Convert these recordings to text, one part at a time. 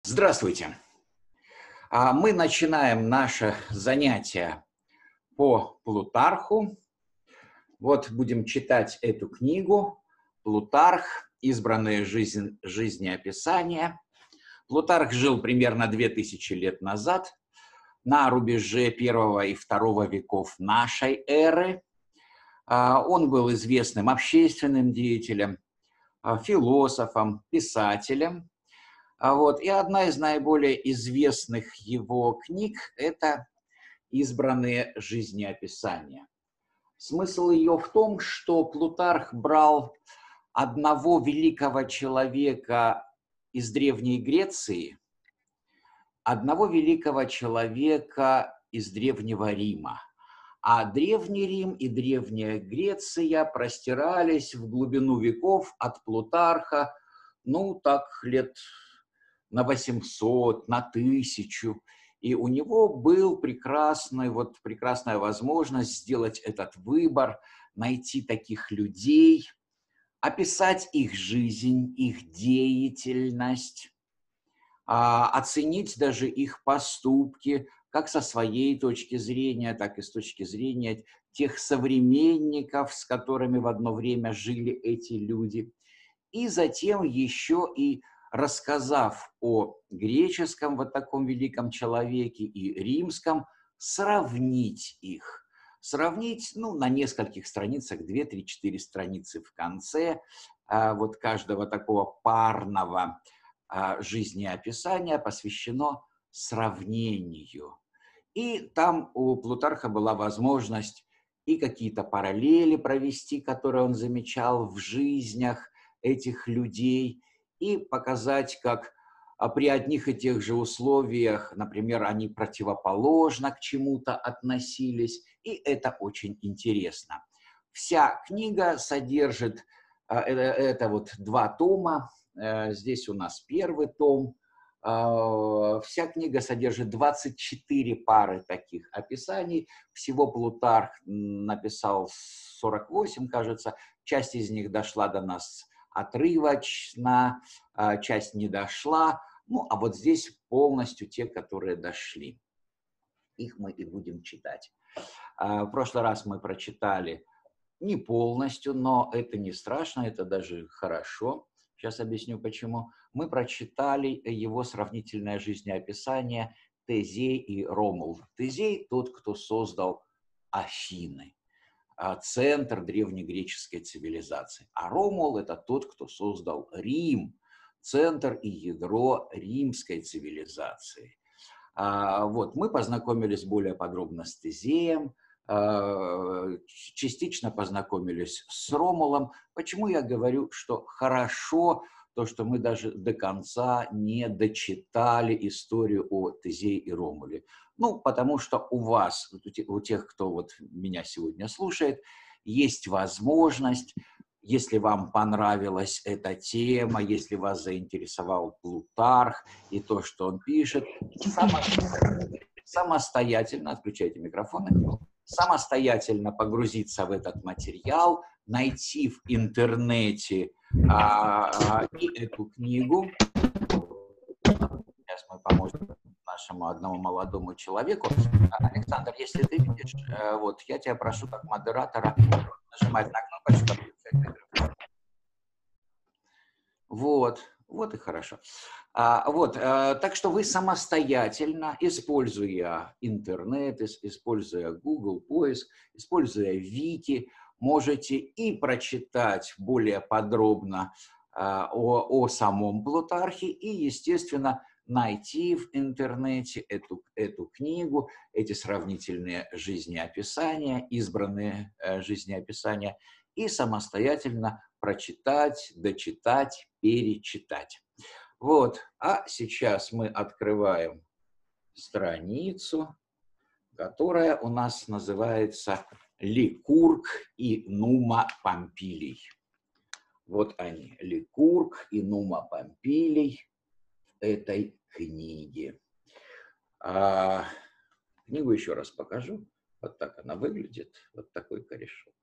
Здравствуйте. Мы начинаем наше занятие по Плутарху. Вот будем читать эту книгу «Плутарх. Избранные жизнеописания». Плутарх жил примерно 2000 лет назад на рубеже первого и второго веков нашей эры. Он был известным общественным деятелем, философом, писателем. И одна из наиболее известных его книг – это «Избранные жизнеописания». Смысл ее в том, что Плутарх брал одного великого человека из Древней Греции, одного великого человека из Древнего Рима. А Древний Рим и Древняя Греция простирались в глубину веков от Плутарха, лет на 800, на 1000. И у него был прекрасная возможность сделать этот выбор, найти таких людей, описать их жизнь, их деятельность, оценить даже их поступки, как со своей точки зрения, так и с точки зрения тех современников, с которыми в одно время жили эти люди. И затем еще и рассказав о греческом вот таком великом человеке и римском, сравнить их. Сравнить, на нескольких страницах, 2, 3, 4 страницы в конце каждого такого парного жизнеописания посвящено сравнению. И там у Плутарха была возможность и какие-то параллели провести, которые он замечал в жизнях этих людей, и показать, как при одних и тех же условиях, например, они противоположно к чему-то относились, и это очень интересно. Вся книга содержит, это 2 тома, здесь у нас первый том. Вся книга содержит 24 пары таких описаний. Всего Плутарх написал 48, кажется. Часть из них дошла до нас отрывочно, часть не дошла. А вот здесь полностью те, которые дошли. Их мы и будем читать. В прошлый раз мы прочитали не полностью, но это не страшно, это даже хорошо. Сейчас объясню, почему. Мы прочитали его сравнительное жизнеописание Тезей и Ромул. Тезей – тот, кто создал Афины, центр древнегреческой цивилизации. А Ромул – это тот, кто создал Рим, центр и ядро римской цивилизации. Мы познакомились более подробно с Тезеем, частично познакомились с Ромулом. Почему я говорю, что хорошо то, что мы даже до конца не дочитали историю о Тезее и Ромуле? Потому что у вас, у тех, кто меня сегодня слушает, есть возможность, если вам понравилась эта тема, если вас заинтересовал Плутарх и то, что он пишет, самостоятельно, отключайте микрофоны, самостоятельно погрузиться в этот материал, найти в интернете и эту книгу. Сейчас мы поможем нашему одному молодому человеку. Александр, если ты видишь, я тебя прошу как модератора нажимать на кнопочку, отключать микрофон. Вот и хорошо. Так что вы самостоятельно, используя интернет, используя Google поиск, используя Вики, можете и прочитать более подробно о самом Плутархе и, естественно, найти в интернете эту книгу, эти сравнительные жизнеописания, избранные жизнеописания, и самостоятельно прочитать, дочитать, перечитать. А сейчас мы открываем страницу, которая у нас называется «Ликург и Нума Помпилий». Вот они, Ликург и Нума Помпилий в этой книге. Книгу еще раз покажу. Вот так она выглядит, вот такой корешок.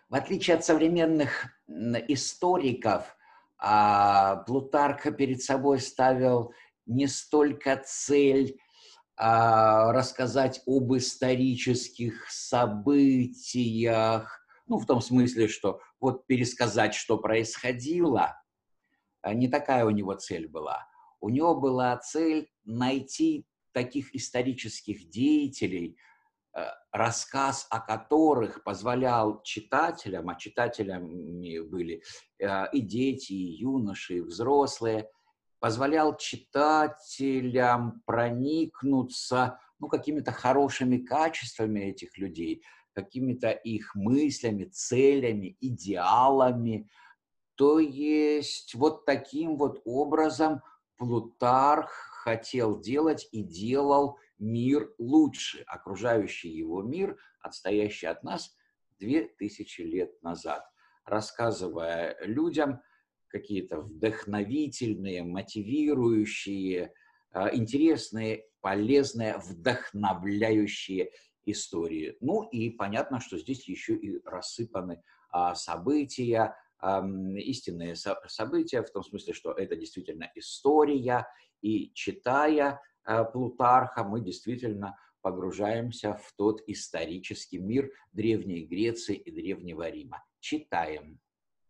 В отличие от современных историков, Плутарх перед собой ставил не столько цель рассказать об исторических событиях, ну, в том смысле, что вот пересказать, что происходило, не такая у него цель была. У него была цель найти таких исторических деятелей, рассказ о которых позволял читателям, а читателями были и дети, и юноши, и взрослые, позволял читателям проникнуться, ну, какими-то хорошими качествами этих людей, какими-то их мыслями, целями, идеалами. То есть вот таким вот образом Плутарх хотел делать и делал мир лучше, окружающий его мир, отстоящий от нас 2000 лет назад, рассказывая людям какие-то вдохновительные, мотивирующие, интересные, полезные, вдохновляющие истории. Ну и понятно, что здесь еще и рассыпаны события, истинные события, в том смысле, что это действительно история, и читая Плутарха, мы действительно погружаемся в тот исторический мир Древней Греции и Древнего Рима. Читаем.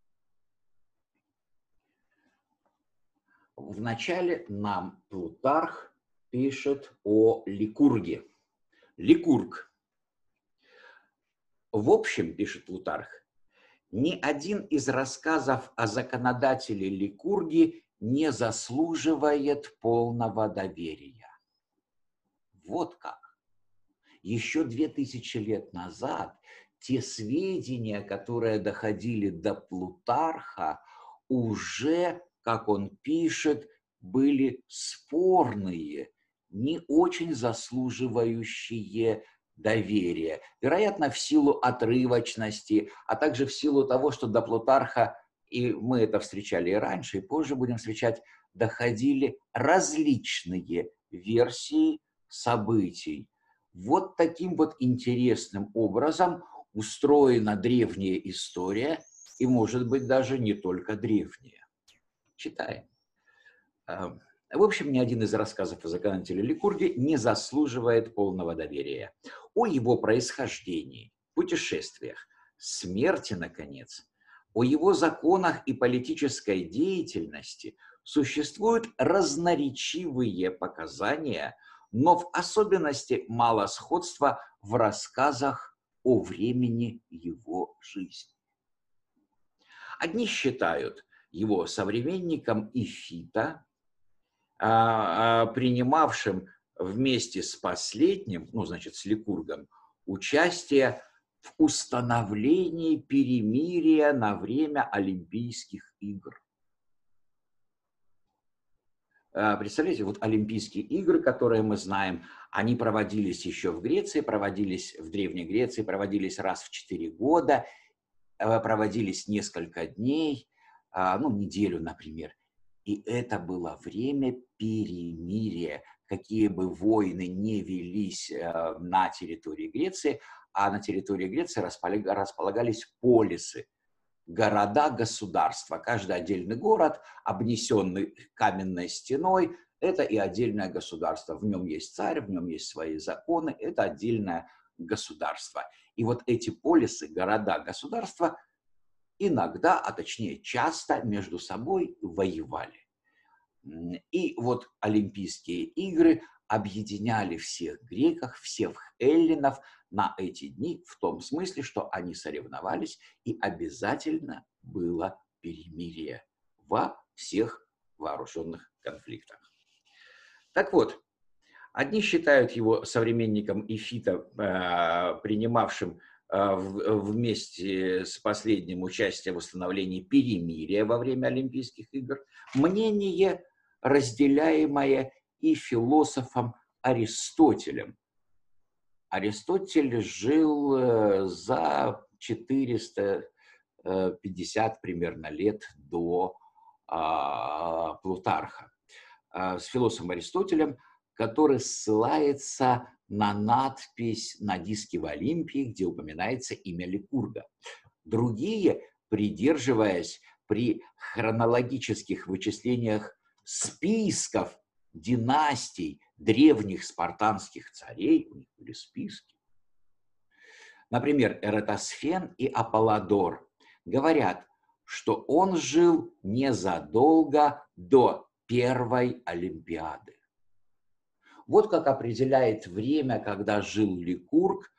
Вначале нам Плутарх пишет о Ликурге. Ликург. В общем, пишет Плутарх, ни один из рассказов о законодателе Ликурге не заслуживает полного доверия. Вот как. Еще 2000 лет назад те сведения, которые доходили до Плутарха, уже, как он пишет, были спорные, не очень заслуживающие доверия. Вероятно, в силу отрывочности, а также в силу того, что до Плутарха, и мы это встречали и раньше, и позже будем встречать, доходили различные версии событий. Вот таким вот интересным образом устроена древняя история, и, может быть, даже не только древняя. Читаем. В общем, ни один из рассказов о законодателе Ликурге не заслуживает полного доверия. О его происхождении, путешествиях, смерти, наконец, о его законах и политической деятельности существуют разноречивые показания, но в особенности мало сходства в рассказах о времени его жизни. Одни считают его современником Ифита, принимавшим вместе с последним, ну, значит, с Ликургом, участие в установлении перемирия на время Олимпийских игр. Представляете, вот Олимпийские игры, которые мы знаем, они проводились еще в Греции, проводились в Древней Греции, проводились раз в 4 года, проводились несколько дней, ну, неделю, например. И это было время перемирия. Какие бы войны не велись на территории Греции, а на территории Греции располагались полисы, города-государства. Каждый отдельный город, обнесенный каменной стеной, это и отдельное государство. В нем есть царь, в нем есть свои законы, это отдельное государство. И вот эти полисы, города, государства иногда, а точнее часто между собой воевали. И вот Олимпийские игры объединяли всех греков, всех эллинов на эти дни в том смысле, что они соревновались, и обязательно было перемирие во всех вооруженных конфликтах. Так вот, одни считают его современником Ифита, принимавшим вместе с последним участие в установлении перемирия во время Олимпийских игр. Мнение, разделяемое и философом Аристотелем. Аристотель жил за 450 примерно лет до Плутарха. С философом Аристотелем, который ссылается на надпись на диске в Олимпии, где упоминается имя Ликурга. Другие, придерживаясь при хронологических вычислениях списков династий древних спартанских царей, у них были списки, например, Эратосфен и Аполлодор, говорят, что он жил незадолго до первой Олимпиады. Вот как определяет время, когда жил Ликург,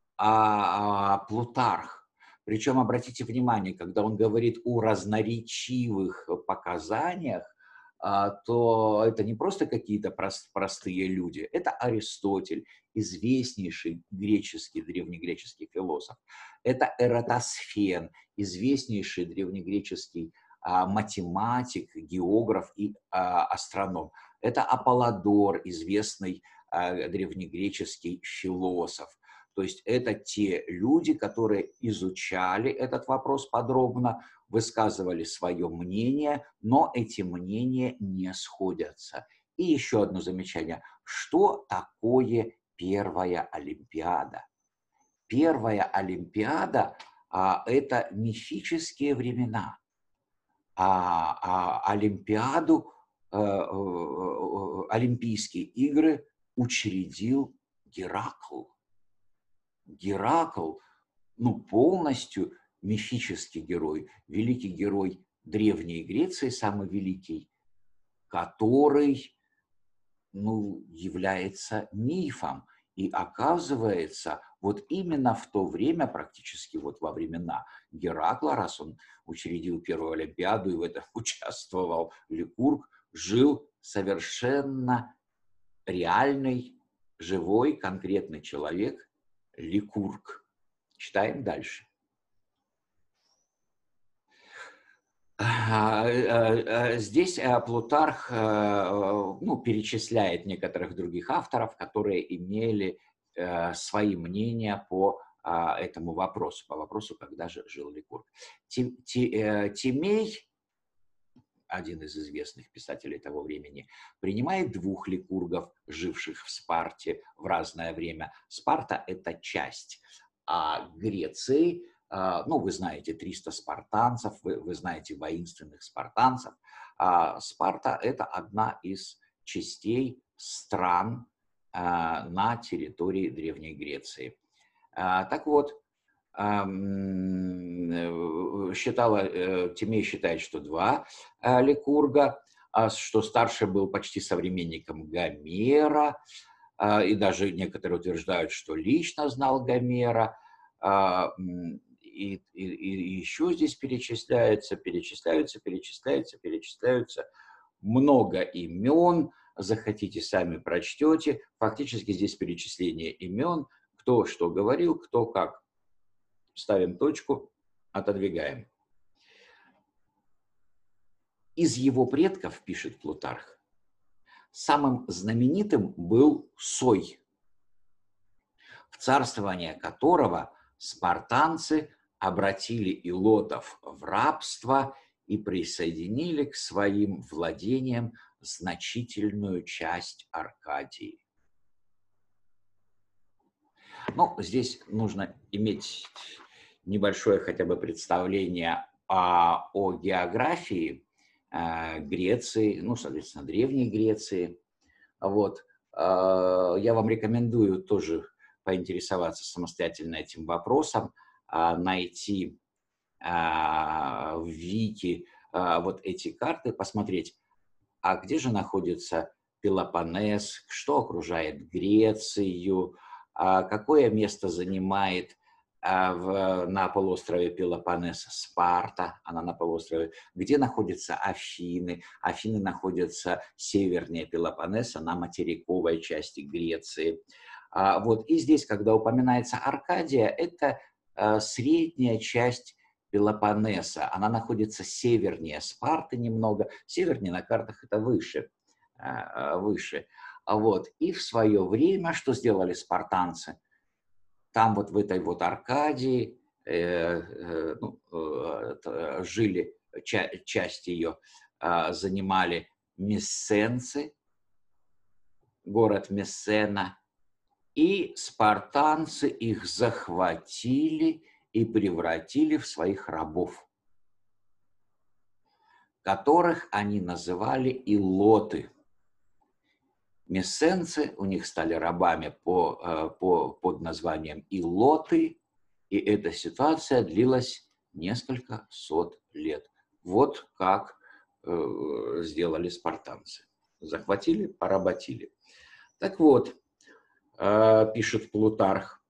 Плутарх. Причем, обратите внимание, когда он говорит о разноречивых показаниях, то это не просто какие-то простые люди, это Аристотель, известнейший греческий, древнегреческий философ. Это Эратосфен, известнейший древнегреческий математик, географ и астроном. Это Аполлодор, известный древнегреческий философ. То есть это те люди, которые изучали этот вопрос подробно, высказывали свое мнение, но эти мнения не сходятся. И еще одно замечание. Что такое первая Олимпиада? Первая Олимпиада это мифические времена. Олимпиаду, Олимпийские игры учредил Геракл. Геракл, полностью мифический герой, великий герой Древней Греции, самый великий, который, является мифом. И оказывается, вот именно в то время, практически вот во времена Геракла, раз он учредил первую Олимпиаду и в этом участвовал Ликург, жил совершенно реальный, живой, конкретный человек, Ликург. Читаем дальше. Здесь Плутарх перечисляет некоторых других авторов, которые имели свои мнения по этому вопросу, по вопросу, когда же жил Ликург. Тимей, один из известных писателей того времени, принимает двух ликургов, живших в Спарте в разное время. Спарта – это часть Греции. Вы знаете 300 спартанцев, вы знаете воинственных спартанцев. Спарта – это одна из частей стран на территории Древней Греции. Так вот, Тимей считает, что два ликурга, что старший был почти современником Гомера, и даже некоторые утверждают, что лично знал Гомера. И еще здесь перечисляются много имен. Захотите, сами прочтете. Фактически здесь перечисление имен, кто что говорил, кто как. Ставим точку, отодвигаем. Из его предков, пишет Плутарх, самым знаменитым был Сой, в царствование которого спартанцы обратили илотов в рабство и присоединили к своим владениям значительную часть Аркадии. Здесь нужно иметь небольшое хотя бы представление о географии Греции, соответственно, Древней Греции. Я вам рекомендую тоже поинтересоваться самостоятельно этим вопросом, найти в Вики эти карты, посмотреть, где же находится Пелопоннес, что окружает Грецию, какое место занимает на полуострове Пелопоннес Спарта, она на полуострове, где находятся Афины. Афины находятся севернее Пелопоннеса, на материковой части Греции. И здесь, когда упоминается Аркадия, это средняя часть Пелопоннеса. Она находится севернее Спарты немного. Севернее на картах это выше. И в свое время что сделали спартанцы? Там в этой Аркадии жили, часть ее занимали мессенцы, город Мессена, и спартанцы их захватили и превратили в своих рабов, которых они называли илоты. Мессенцы у них стали рабами под названием илоты, и эта ситуация длилась несколько сот лет. Вот как сделали спартанцы. Захватили, поработили. Так вот, пишет Плутарх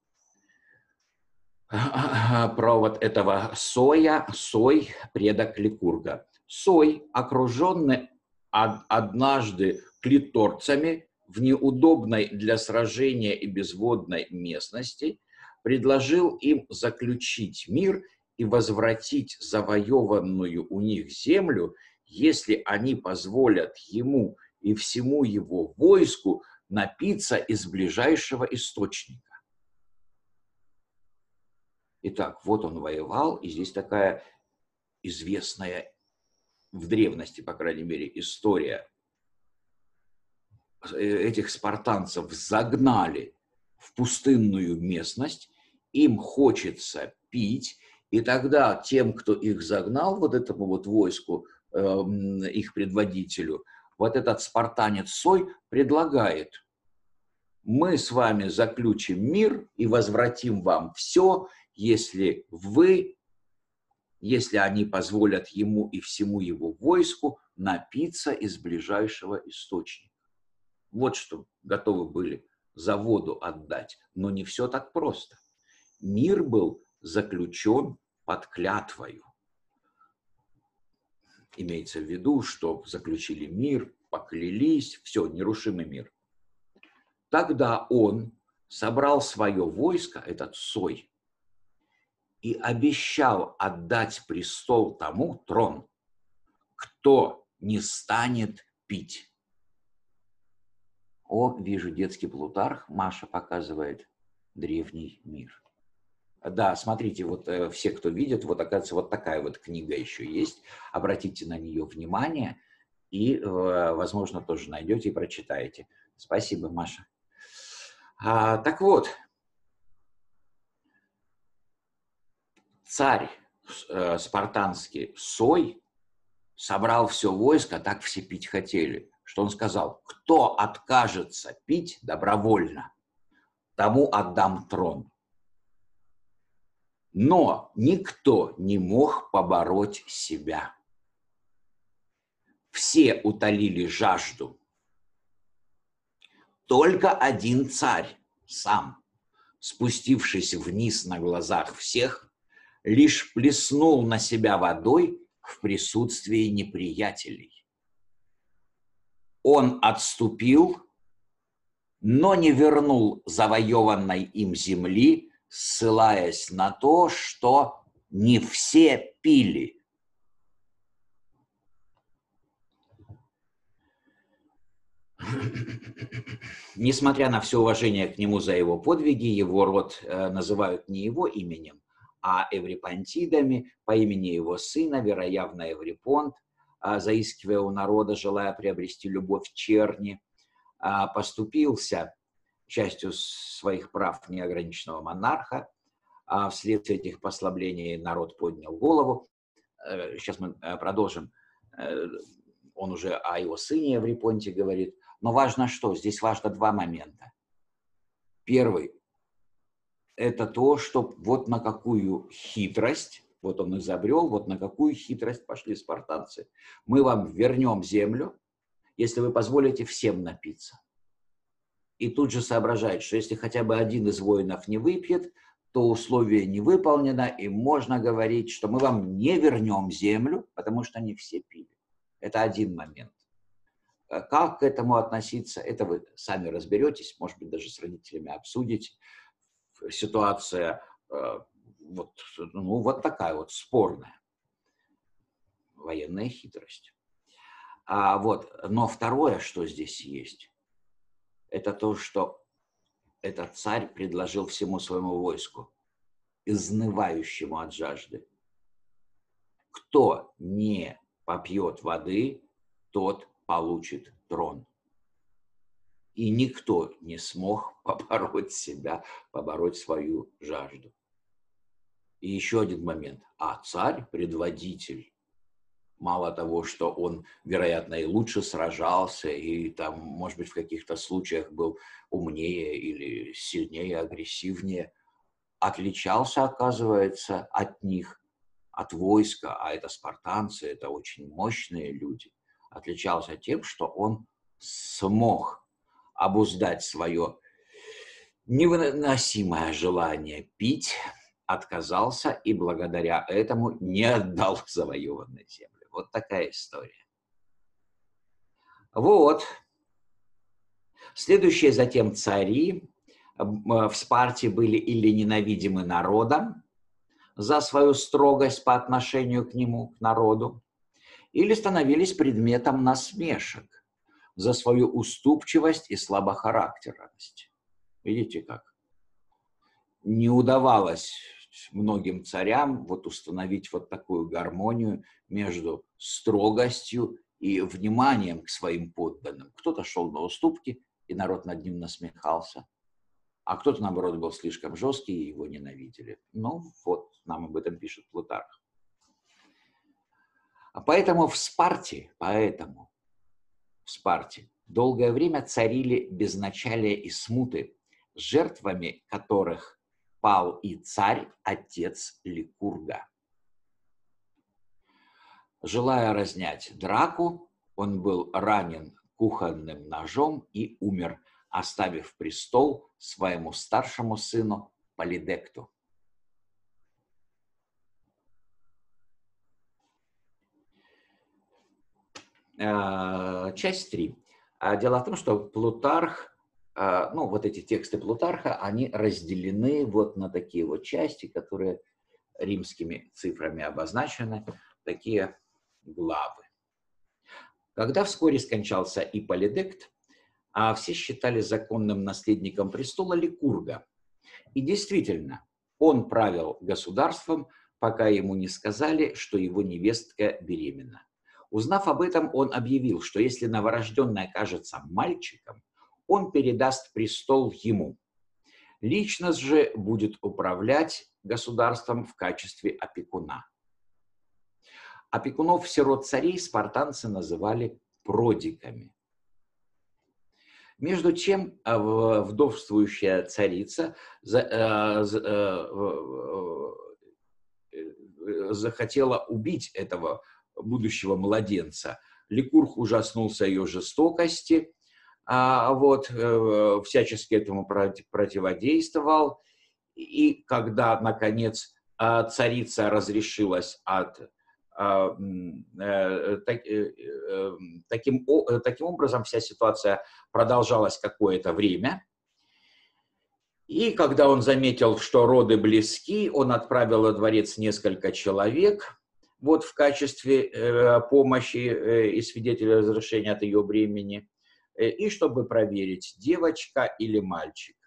про вот этого Сой, предок Ликурга. Сой, окруженный однажды клиторцами в неудобной для сражения и безводной местности, предложил им заключить мир и возвратить завоеванную у них землю, если они позволят ему и всему его войску напиться из ближайшего источника. Итак, вот он воевал, и здесь такая известная в древности, по крайней мере, история. Этих спартанцев загнали в пустынную местность, им хочется пить, и тогда тем, кто их загнал, вот этому вот войску, их предводителю, вот этот спартанец Сой предлагает: мы с вами заключим мир и возвратим вам все, если они позволят ему и всему его войску напиться из ближайшего источника. Вот что готовы были за воду отдать. Но не все так просто. Мир был заключен под клятвою. Имеется в виду, что заключили мир, поклялись, все, нерушимый мир. Тогда он собрал свое войско, этот Сой, и обещал отдать престол тому, трон, кто не станет пить. О, вижу, детский Плутарх, Маша показывает древний мир. Да, смотрите, вот все, кто видит, вот оказывается, вот такая вот книга еще есть. Обратите на нее внимание и, возможно, тоже найдете и прочитаете. Спасибо, Маша. Так вот, царь спартанский Сой собрал все войско, так все пить хотели, что он сказал: кто откажется пить добровольно, тому отдам трон. Но никто не мог побороть себя. Все утолили жажду. Только один царь сам, спустившись вниз на глазах всех, лишь плеснул на себя водой в присутствии неприятелей. Он отступил, но не вернул завоеванной им земли, ссылаясь на то, что не все пили. Несмотря на все уважение к нему за его подвиги, его род называют не его именем, а эврипонтидами по имени его сына, вероятно, Эврипонт, заискивая у народа, желая приобрести любовь черни, поступился частью своих прав неограниченного монарха. Вследствие этих послаблений народ поднял голову. Сейчас мы продолжим. Он уже о его сыне Эврипонте говорит. Но важно что? Здесь важно два момента. Первый – это то, что вот на какую хитрость, вот он изобрел, вот на какую хитрость пошли спартанцы. Мы вам вернем землю, если вы позволите всем напиться. И тут же соображает, что если хотя бы один из воинов не выпьет, то условие не выполнено, и можно говорить, что мы вам не вернем землю, потому что не все пили. Это один момент. Как к этому относиться, это вы сами разберетесь, может быть, даже с родителями обсудите. Ситуация вот такая вот спорная. Военная хитрость. Но второе, что здесь есть, это то, что этот царь предложил всему своему войску, изнывающему от жажды: кто не попьет воды, тот получит трон. И никто не смог побороть себя, побороть свою жажду. И еще один момент. А царь, предводитель, мало того, что он, вероятно, и лучше сражался, и там, может быть, в каких-то случаях был умнее или сильнее, агрессивнее, отличался, оказывается, от них, от войска, а это спартанцы, это очень мощные люди, отличался тем, что он смог обуздать свое невыносимое желание пить, отказался и благодаря этому не отдал завоеванные земли. Вот такая история. Вот. Следующие затем цари в Спарте были или ненавидимы народом за свою строгость по отношению к нему, к народу, или становились предметом насмешек за свою уступчивость и слабохарактерность. Видите как? Не удавалось многим царям вот установить вот такую гармонию между строгостью и вниманием к своим подданным. Кто-то шел на уступки, и народ над ним насмехался, а кто-то, наоборот, был слишком жесткий, и его ненавидели. Ну, вот нам об этом пишет Плутарх. А поэтому в Спарте долгое время царили безначалие и смуты, жертвами которых пал и царь, отец Ликурга. Желая разнять драку, он был ранен кухонным ножом и умер, оставив престол своему старшему сыну Полидекту. Часть 3. Дело в том, что Плутарх, вот эти тексты Плутарха, они разделены вот на такие вот части, которые римскими цифрами обозначены, такие главы. Когда вскоре скончался и Полидект, все считали законным наследником престола Ликурга. И действительно, он правил государством, пока ему не сказали, что его невестка беременна. Узнав об этом, он объявил, что если новорожденный окажется мальчиком, он передаст престол ему. Личность же будет управлять государством в качестве опекуна. Опекунов сирот царей спартанцы называли продиками. Между тем, вдовствующая царица захотела убить этого будущего младенца. Ликург ужаснулся ее жестокости, всячески этому противодействовал. И когда, наконец, царица разрешилась таким образом вся ситуация продолжалась какое-то время. И когда он заметил, что роды близки, он отправил во дворец несколько человек в качестве помощи и свидетеля разрешения от ее бремени, и чтобы проверить, девочка или мальчик.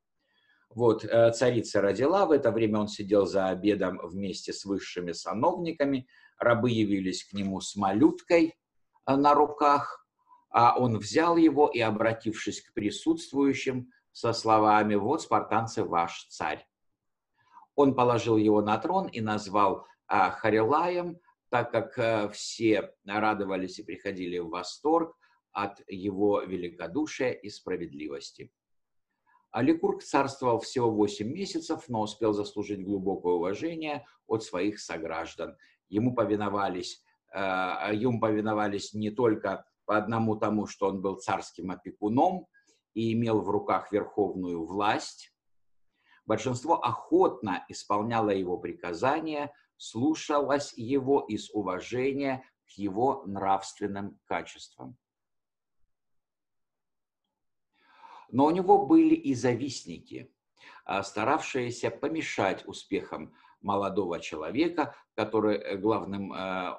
Царица родила, в это время он сидел за обедом вместе с высшими сановниками, рабы явились к нему с малюткой на руках, а он взял его и, обратившись к присутствующим, со словами: «Вот, спартанцы, ваш царь». Он положил его на трон и назвал Харилаем, так как все радовались и приходили в восторг от его великодушия и справедливости. Ликург царствовал всего 8 месяцев, но успел заслужить глубокое уважение от своих сограждан. Ему повиновались не только по одному тому, что он был царским опекуном и имел в руках верховную власть. Большинство охотно исполняло его приказания, слушалось его из уважения к его нравственным качествам. Но у него были и завистники, старавшиеся помешать успехам молодого человека, который главным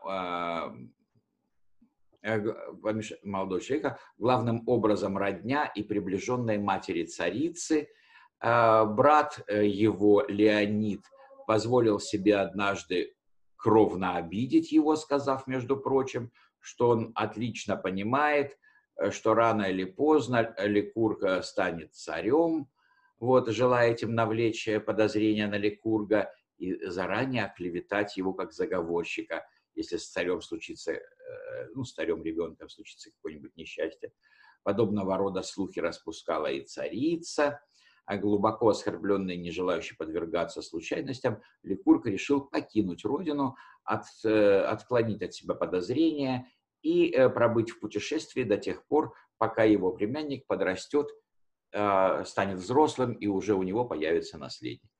образом родня и приближенной матери царицы. Брат его, Леонид, позволил себе однажды кровно обидеть его, сказав, между прочим, что он отлично понимает, что рано или поздно Ликург станет царем, желая этим навлечь подозрения на Ликурга, и заранее оклеветать его как заговорщика, если с царем случится, ну, с царем ребенком случится какое-нибудь несчастье. Подобного рода слухи распускала и царица, а глубоко оскорбленный, не желающий подвергаться случайностям, Ликург решил покинуть родину, отклонить от себя подозрения и пробыть в путешествии до тех пор, пока его племянник подрастет, станет взрослым, и уже у него появится наследник.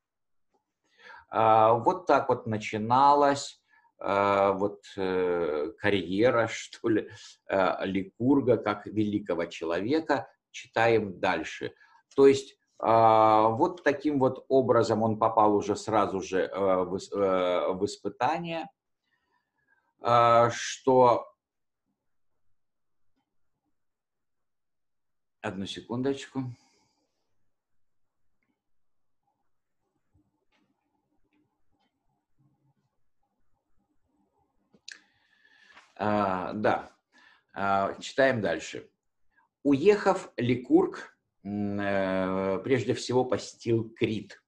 Вот так вот начиналась карьера, что ли, Ликурга как великого человека. Читаем дальше. То есть вот таким вот образом он попал уже сразу же в испытание, что... Одну секундочку. Да, читаем дальше. Уехав, Ликург прежде всего посетил Крит.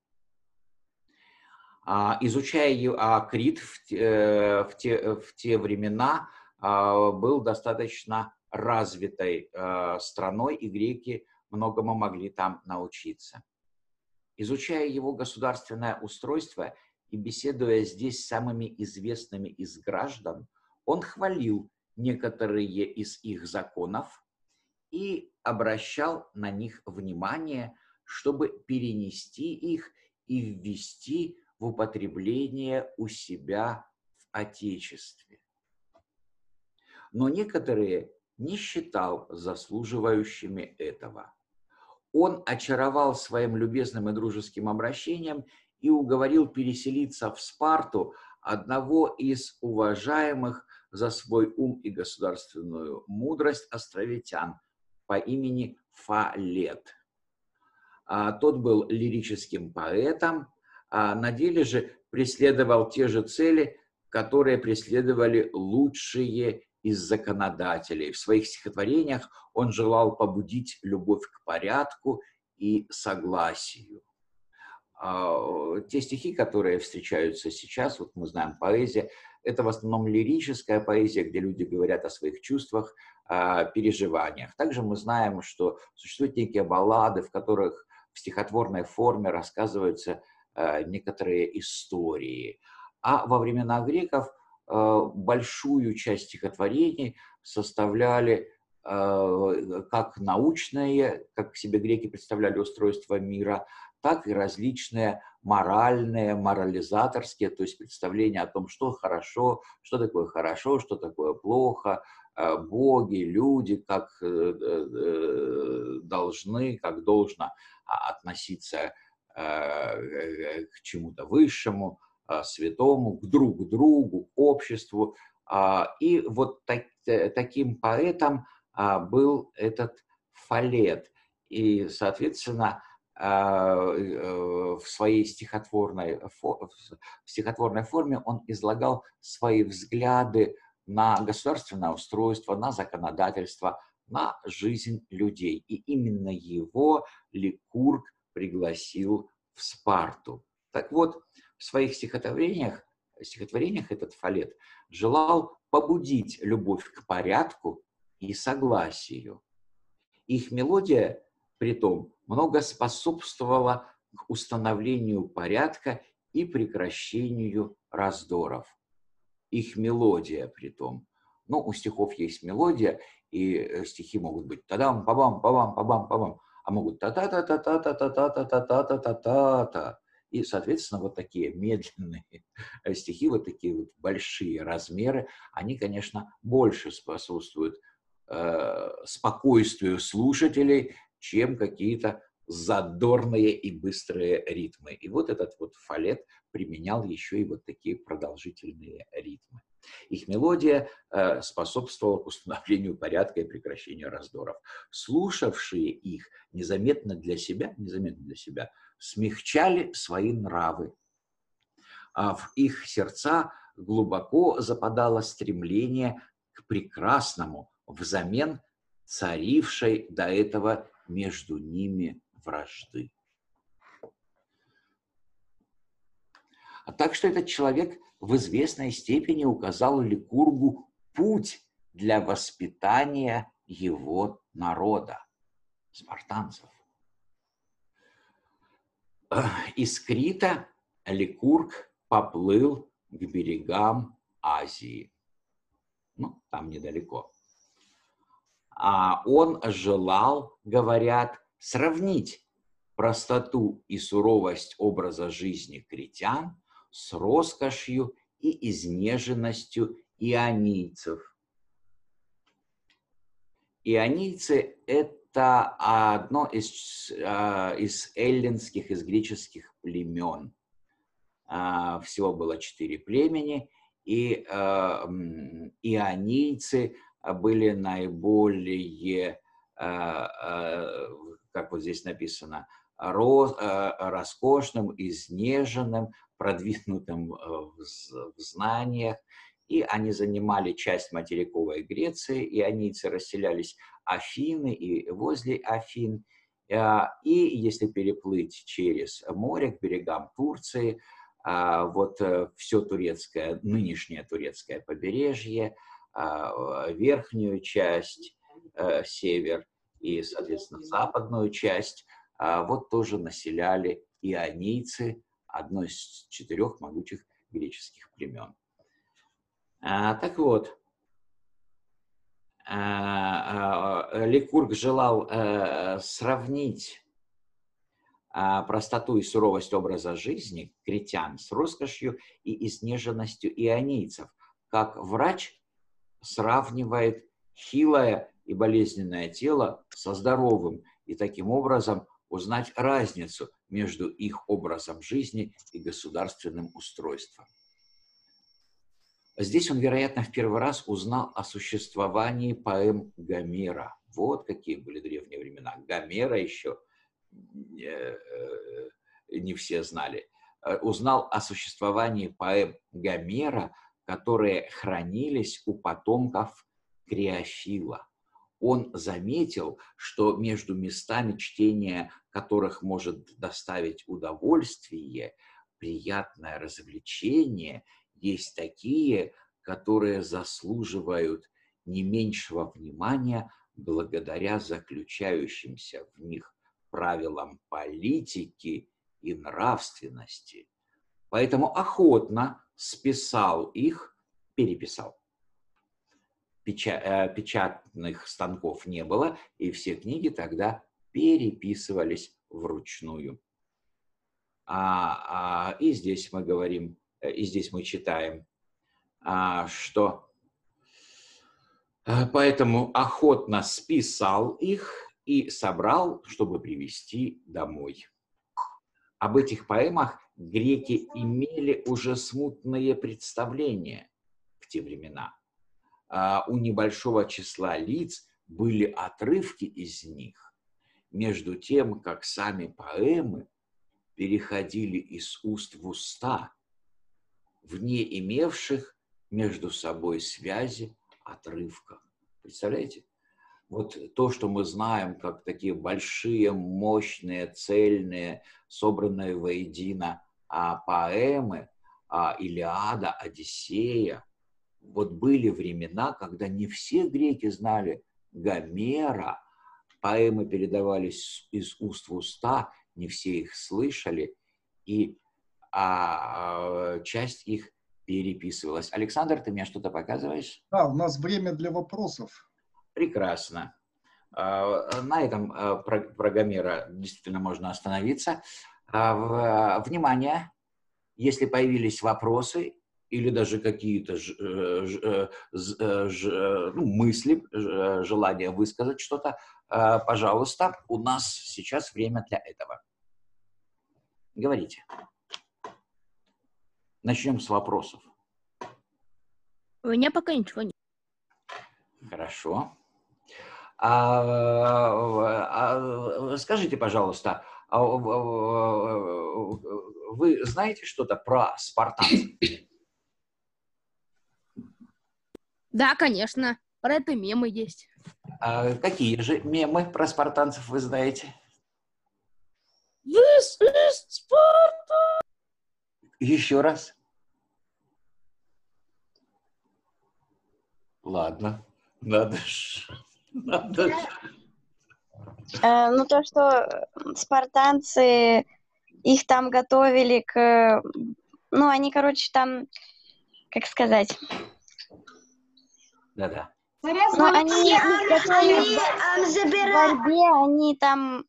Изучая Крит в те времена был достаточно развитой страной, и греки многому могли там научиться. Изучая его государственное устройство и беседуя здесь с самыми известными из граждан, он хвалил некоторые из их законов и обращал на них внимание, чтобы перенести их и ввести в употребление у себя в Отечестве. Но некоторые не считал заслуживающими этого. Он очаровал своим любезным и дружеским обращением и уговорил переселиться в Спарту одного из уважаемых за свой ум и государственную мудрость островитян по имени Фалет. Тот был лирическим поэтом, на деле же преследовал те же цели, которые преследовали лучшие из законодателей. В своих стихотворениях он желал побудить любовь к порядку и согласию. Те стихи, которые встречаются сейчас, вот мы знаем, поэзия, это в основном лирическая поэзия, где люди говорят о своих чувствах, переживаниях. Также мы знаем, что существуют некие баллады, в которых в стихотворной форме рассказываются некоторые истории. А во времена греков большую часть стихотворений составляли как научные, как себе греки представляли устройство мира, так и различные моральные, морализаторские, то есть представления о том, что хорошо, что такое плохо, боги, люди, как должны, как должно относиться к чему-то высшему, святому, к другу, к обществу. И вот таким поэтом был этот Фалет. И, соответственно, в своей стихотворной форме он излагал свои взгляды на государственное устройство, на законодательство, на жизнь людей. И именно его Ликург пригласил в Спарту. Так вот, в своих стихотворениях этот Фалет желал побудить любовь к порядку и согласию. Их мелодия, притом, много способствовала к установлению порядка и прекращению раздоров. Их мелодия, притом. Ну, у стихов есть мелодия, и стихи могут быть тадам, пабам, пабам, пабам, пабам, а могут та-та-та-та-та-та-та-та-та-та-та-та-та. И, соответственно, вот такие медленные стихи, вот такие вот большие размеры, они, конечно, больше способствуют спокойствию слушателей, чем какие-то задорные и быстрые ритмы. И вот этот вот Фалет применял еще и вот такие продолжительные ритмы. Их мелодия способствовала к установлению порядка и прекращению раздоров. Слушавшие их незаметно для себя смягчали свои нравы. А в их сердца глубоко западало стремление к прекрасному взамен царившей до этого между ними вражды. Так что этот человек в известной степени указал Ликургу путь для воспитания его народа, спартанцев. Из Крита Ликург поплыл к берегам Азии. Ну, там недалеко. Он желал, говорят, сравнить простоту и суровость образа жизни критян с роскошью и изнеженностью ионийцев. Ионийцы – это одно из эллинских, из греческих племен. Всего было 4 племени, и ионийцы были наиболее, как вот здесь написано, роскошным, изнеженным, продвинутым в знаниях, и они занимали часть материковой Греции, ионийцы расселялись Афины и возле Афин, и если переплыть через море к берегам Турции, вот все турецкое, нынешнее турецкое побережье, верхнюю часть, север и, соответственно, западную часть, вот тоже населяли ионийцы, одно из 4 могучих греческих племен. Так вот, Ликург желал сравнить простоту и суровость образа жизни критян с роскошью и изнеженностью ионийцев, как врач сравнивает хилое и болезненное тело со здоровым, и таким образом узнать разницу между их образом жизни и государственным устройством. Здесь он, вероятно, в первый раз узнал о существовании поэм Гомера. Вот какие были древние времена. Гомера еще не все знали. Узнал о существовании поэм Гомера, которые хранились у потомков Криофила. Он заметил, что между местами чтения, которых может доставить удовольствие, приятное развлечение, есть такие, которые заслуживают не меньшего внимания благодаря заключающимся в них правилам политики и нравственности. Поэтому охотно списал их, переписал. Печатных станков не было, и все книги тогда переписывались вручную. И здесь мы говорим, и здесь мы читаем, что поэтому охотно списал их и собрал, чтобы привезти домой. Об этих поэмах греки имели уже смутные представления в те времена. У небольшого числа лиц были отрывки из них, между тем, как сами поэмы переходили из уст в уста, в не имевших между собой связи отрывках. Представляете? Вот то, что мы знаем, как такие большие, мощные, цельные, собранные воедино поэмы, Илиада, Одиссея. Вот были времена, когда не все греки знали Гомера, поэмы передавались из уст в уста, не все их слышали, и часть их переписывалась. Александр, ты мне что-то показываешь? Да, у нас время для вопросов. Прекрасно. На этом про Гомера действительно можно остановиться. Внимание! Если появились вопросы или даже какие-то мысли, желание высказать что-то, пожалуйста, у нас сейчас время для этого. Говорите. Начнем с вопросов. У меня пока ничего нет. Хорошо. Скажите, пожалуйста, вы знаете что-то про спартанцев? Да, конечно. Про это мемы есть. Какие же мемы про спартанцев вы знаете? This is Sparta! Еще раз. Ладно. Надо ж. Ну, то, что спартанцы их там готовили к... Ну, они, короче, там, как сказать... Да-да. Ну, они их готовили к борьбе, они там...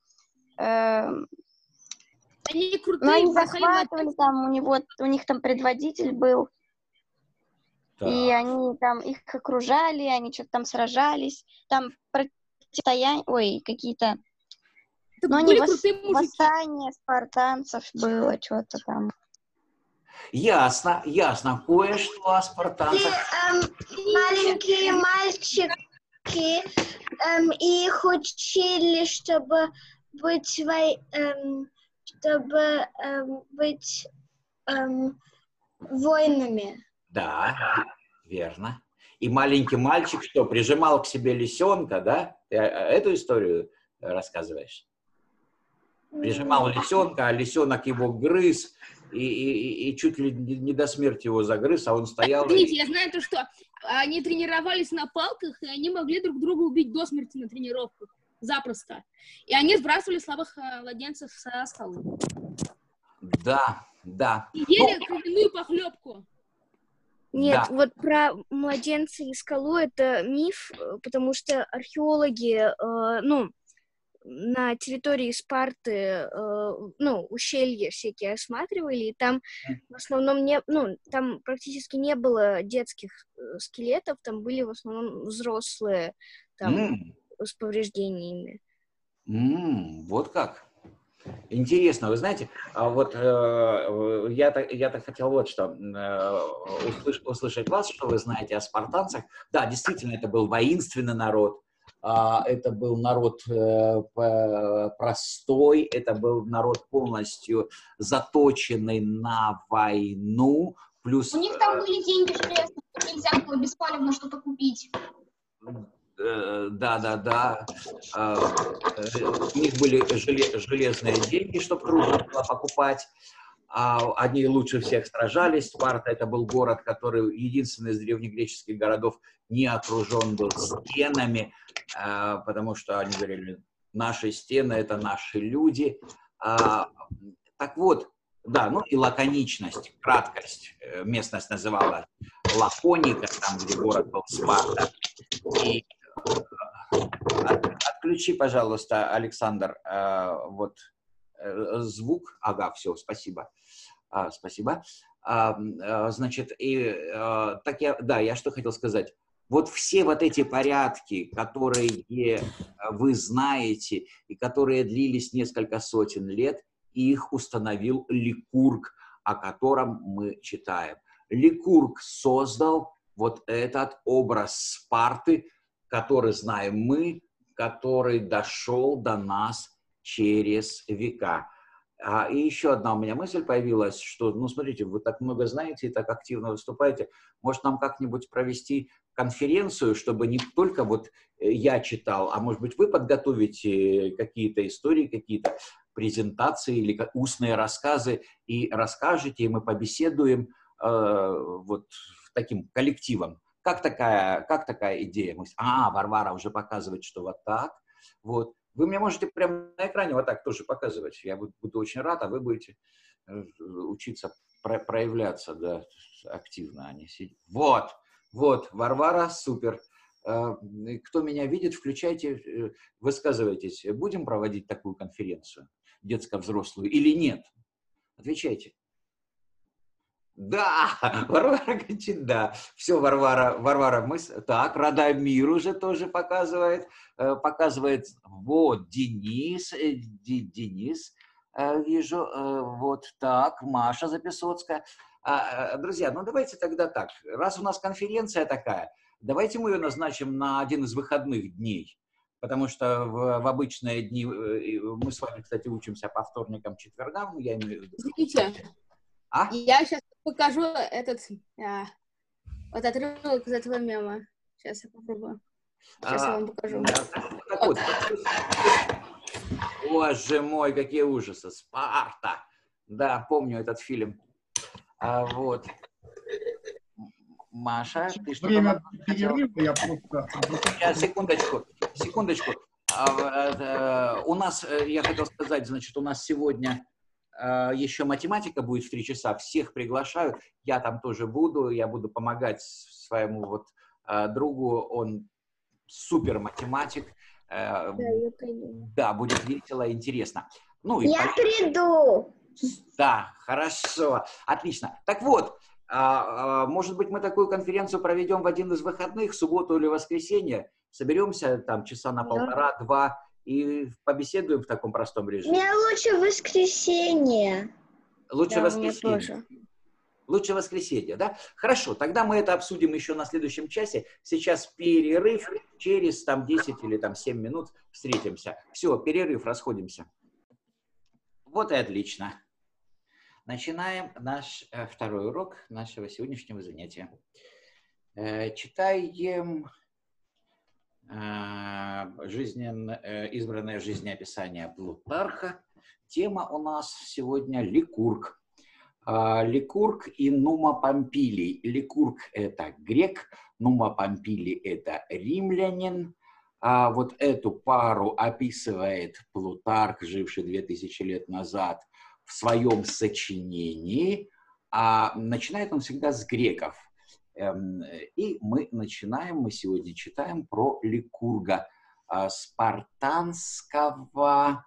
Они Ну, крутые, они бросали захватывали там, у них там предводитель был, Так. и они там их окружали, они что-то там сражались, там противостояние, ой, какие-то... Это Ну, они были крутые мужики. восстание спартанцев было, что-то там. Ясно, ясно. Кое-что о спартанцах. Маленькие мальчики, их учили, чтобы быть воинами. Да, верно. И маленький мальчик что, прижимал к себе лисенка, да? Ты эту историю рассказываешь? Прижимал лисенка, а лисенок его грыз, и чуть ли не до смерти его загрыз, а он стоял... Извините, я знаю то, что они тренировались на палках, и они могли друг друга убить до смерти на тренировках. Запросто. И они сбрасывали слабых младенцев со скалы. Да, да. И ели кровяную похлебку. Нет, Да. вот про младенца и скалу это миф, потому что археологи, на территории Спарты, ущелья всякие осматривали, и там в основном там практически не было детских скелетов, там были в основном взрослые, там, с повреждениями. Вот как. Интересно, вы знаете, вот я-то хотел вот что, услышать вас, что вы знаете о спартанцах. Да, действительно, это был воинственный народ, это был народ простой, это был народ полностью заточенный на войну. Плюс, У них там были деньги железные, нельзя было беспалевно что-то купить. Да. У них были железные деньги, чтобы трудно было покупать. Они лучше всех сражались. Спарта — это был город, который единственный из древнегреческих городов не окружен был стенами, потому что они говорили, наши стены — это наши люди. Так вот, да, ну и лаконичность, краткость. Местность называла Лаконика, там, где город был Спарта. И отключи, пожалуйста, Александр, вот звук. Ага, все, спасибо. Спасибо. Значит, я что хотел сказать. Вот все вот эти порядки, которые вы знаете и которые длились несколько сотен лет, их установил Ликург, о котором мы читаем. Ликург создал вот этот образ Спарты, который знаем мы, который дошел до нас через века. И еще одна у меня мысль появилась, что, смотрите, вы так много знаете и так активно выступаете, может, нам как-нибудь провести конференцию, чтобы не только вот я читал, а может быть, вы подготовите какие-то истории, какие-то презентации или устные рассказы и расскажете, и мы побеседуем вот таким коллективом. Как такая идея? Варвара уже показывает, что вот так. Вот. Вы мне можете прямо на экране вот так тоже показывать. Я буду очень рад, а вы будете учиться проявляться, да, активно, а не сидеть. Вот, Варвара, супер. Кто меня видит, включайте, высказывайтесь. Будем проводить такую конференцию, детско-взрослую, или нет? Отвечайте. Да, Варвара говорит, да. Все, Варвара, так, Радомир уже тоже показывает. Вот, Денис, вижу, вот так, Маша Записоцкая. Друзья, давайте тогда так. Раз у нас конференция такая, давайте мы ее назначим на один из выходных дней. Потому что в обычные дни, мы с вами, кстати, учимся по вторникам, четвергам, я имею в виду. Извините. Я сейчас покажу этот отрывок из этого мема. Сейчас я попробую. Сейчас я вам покажу. Вот. Боже мой, какие ужасы. Спарта. Да, помню этот фильм. Вот. Маша, ты что-то Время хотела? перерыва я просто... Сейчас, секундочку. У нас, я хотел сказать, значит, у нас сегодня еще математика будет в 3 часа. Всех приглашаю. Я там тоже буду. Я буду помогать своему вот другу. Он супер математик. Да, будет весело и интересно. Ну, и Я приду. Да, хорошо. Отлично. Так вот, может быть, мы такую конференцию проведем в один из выходных, субботу или воскресенье. Соберемся там часа на полтора-два и побеседуем в таком простом режиме. Мне лучше воскресенье. Лучше Да, воскресенье. мне тоже. Лучше воскресенье, да? Хорошо, тогда мы это обсудим еще на следующем часе. Сейчас перерыв, через там 10 или там 7 минут встретимся. Все, перерыв, расходимся. Вот и отлично. Начинаем наш второй урок нашего сегодняшнего занятия. Читаем избранное жизнеописание Плутарха. Тема у нас сегодня Ликург. Ликург и Нума Помпилий. Ликург – это грек, Нума Помпилий – это римлянин. Вот эту пару описывает Плутарх, живший 2000 лет назад, в своем сочинении, а начинает он всегда с греков. И мы сегодня читаем про Ликурга, спартанского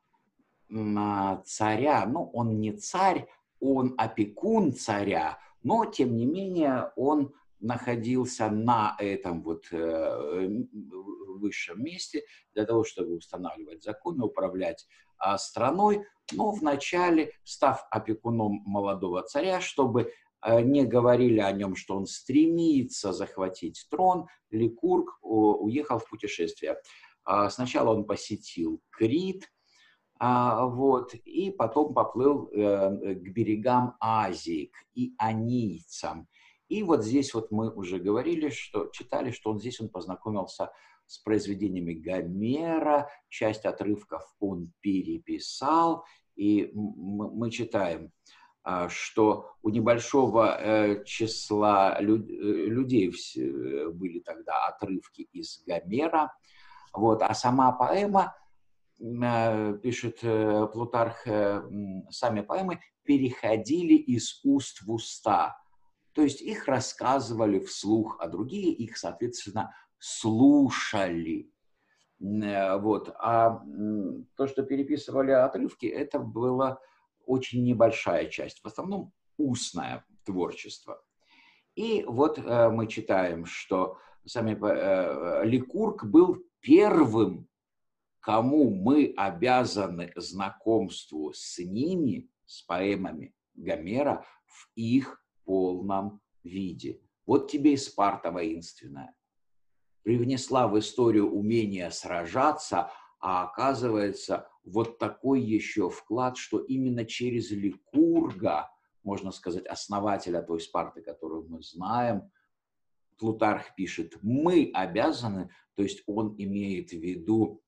царя. Ну, он не царь, он опекун царя, но, тем не менее, он находился на этом вот высшем месте для того, чтобы устанавливать законы, управлять страной, но вначале, став опекуном молодого царя, чтобы не говорили о нем, что он стремится захватить трон, Ликург уехал в путешествие. Сначала он посетил Крит, вот, и потом поплыл к берегам Азии, к ионийцам. И вот здесь вот мы уже читали, что он познакомился с произведениями Гомера, часть отрывков он переписал, и мы читаем, что у небольшого числа людей были тогда отрывки из Гомера, вот, а сама поэма, пишет Плутарх, сами поэмы переходили из уст в уста, то есть их рассказывали вслух, а другие их, соответственно, слушали. Вот. А то, что переписывали отрывки, это была очень небольшая часть, в основном устное творчество. И вот мы читаем, что Ликург был первым, кому мы обязаны знакомству с ними, с поэмами Гомера, в их полном виде. Вот тебе и Спарта воинственная. Привнесла в историю умение сражаться, а оказывается, вот такой еще вклад, что именно через Ликурга, можно сказать, основателя той Спарты, которую мы знаем, Плутарх пишет, мы обязаны, то есть он имеет в виду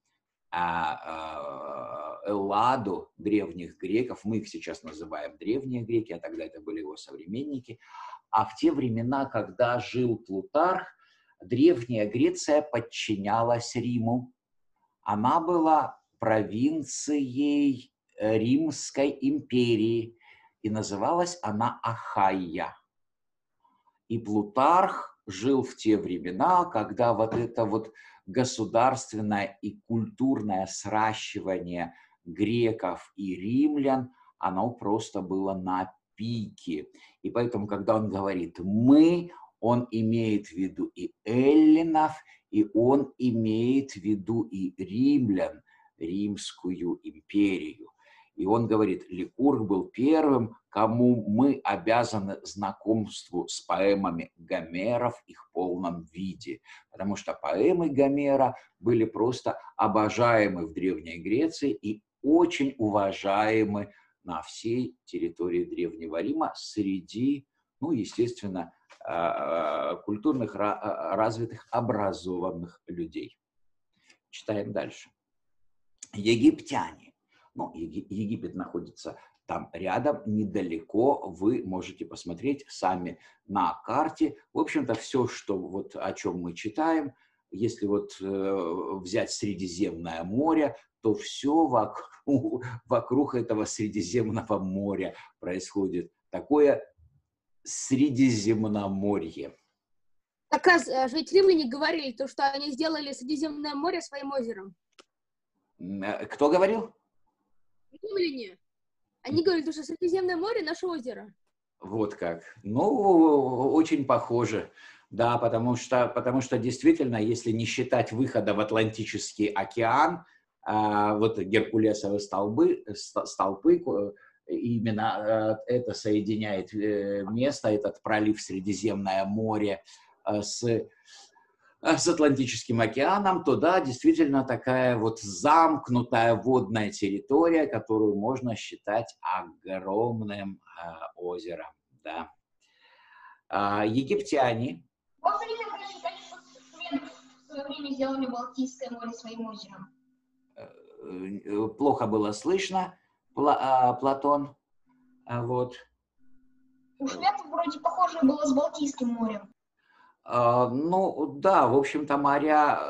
Элладу древних греков, мы их сейчас называем древние греки, а тогда это были его современники, а в те времена, когда жил Плутарх, Древняя Греция подчинялась Риму. Она была провинцией Римской империи, и называлась она Ахайя. И Плутарх жил в те времена, когда вот это вот государственное и культурное сращивание греков и римлян, оно просто было на пике. И поэтому, когда он говорит «мы», он имеет в виду и эллинов, и он имеет в виду и римлян, Римскую империю. И он говорит, Ликург был первым, кому мы обязаны знакомству с поэмами Гомера в их полном виде. Потому что поэмы Гомера были просто обожаемы в Древней Греции и очень уважаемы на всей территории Древнего Рима среди, ну, естественно, культурных, развитых, образованных людей. Читаем дальше. Египтяне. Ну, Египет находится там рядом, недалеко, вы можете посмотреть сами на карте. В общем-то, все, что вот о чем мы читаем, если вот взять Средиземное море, то все вокруг этого Средиземного моря происходит. Такое Средиземноморье. Как раз ведь римляне говорили, то, что они сделали Средиземное море своим озером. Кто говорил? Римляне. Они говорили, что Средиземное море — наше озеро. Вот как. Ну, очень похоже. Да, потому что действительно, если не считать выхода в Атлантический океан, вот Геркулесовы столпы, именно это соединяет место, этот пролив Средиземное море с Атлантическим океаном, то да, действительно такая вот замкнутая водная территория, которую можно считать огромным озером. Да. Египтяне. Можно ли тогда считать, что шведы в свое время сделали Балтийское море своим озером? Плохо было слышно, Платон. Вот. У шведов вроде похожее было с Балтийским морем. Ну, да, в общем-то, моря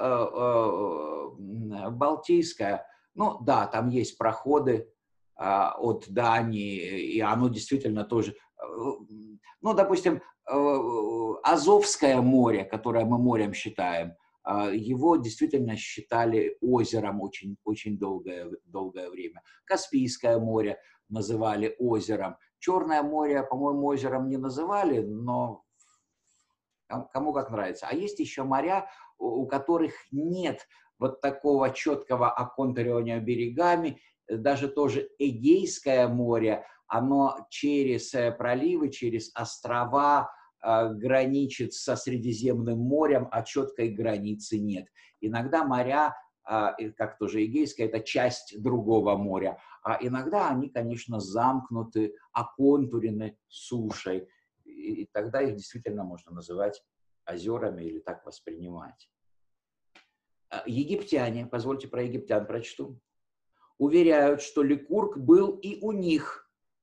Балтийское, ну, да, там есть проходы от Дании, и оно действительно тоже, ну, допустим, Азовское море, которое мы морем считаем, его действительно считали озером очень, очень долгое время. Каспийское море называли озером. Черное море, по-моему, озером не называли, но кому как нравится. А есть еще моря, у которых нет вот такого четкого оконтуривания берегами. Даже тоже Эгейское море, оно через проливы, через острова граничит со Средиземным морем, а четкой границы нет. Иногда моря, как тоже Эгейское, это часть другого моря, а иногда они, конечно, замкнуты, оконтурены сушей. И тогда их действительно можно называть озерами или так воспринимать. Египтяне, позвольте про египтян прочту, уверяют, что Ликург был и у них,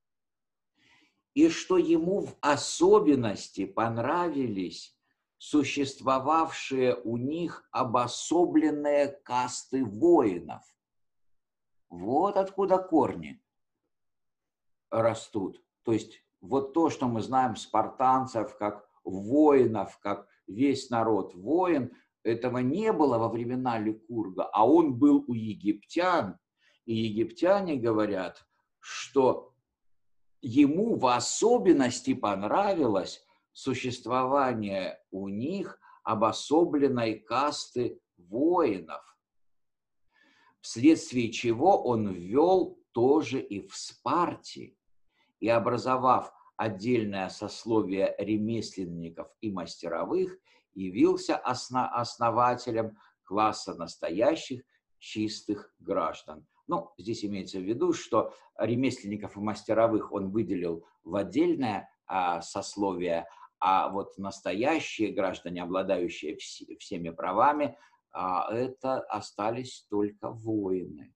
и что ему в особенности понравились существовавшие у них обособленные касты воинов. Вот откуда корни растут. То есть вот то, что мы знаем спартанцев как воинов, как весь народ воин, этого не было во времена Ликурга, а он был у египтян. И египтяне говорят, что ему в особенности понравилось существование у них обособленной касты воинов, вследствие чего он ввел тоже и в Спарте, и, образовав отдельное сословие ремесленников и мастеровых, явился основателем класса настоящих чистых граждан. Ну, здесь имеется в виду, что ремесленников и мастеровых он выделил в отдельное сословие, а вот настоящие граждане, обладающие всеми правами, это остались только воины.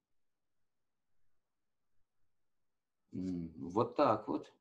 Вот так вот.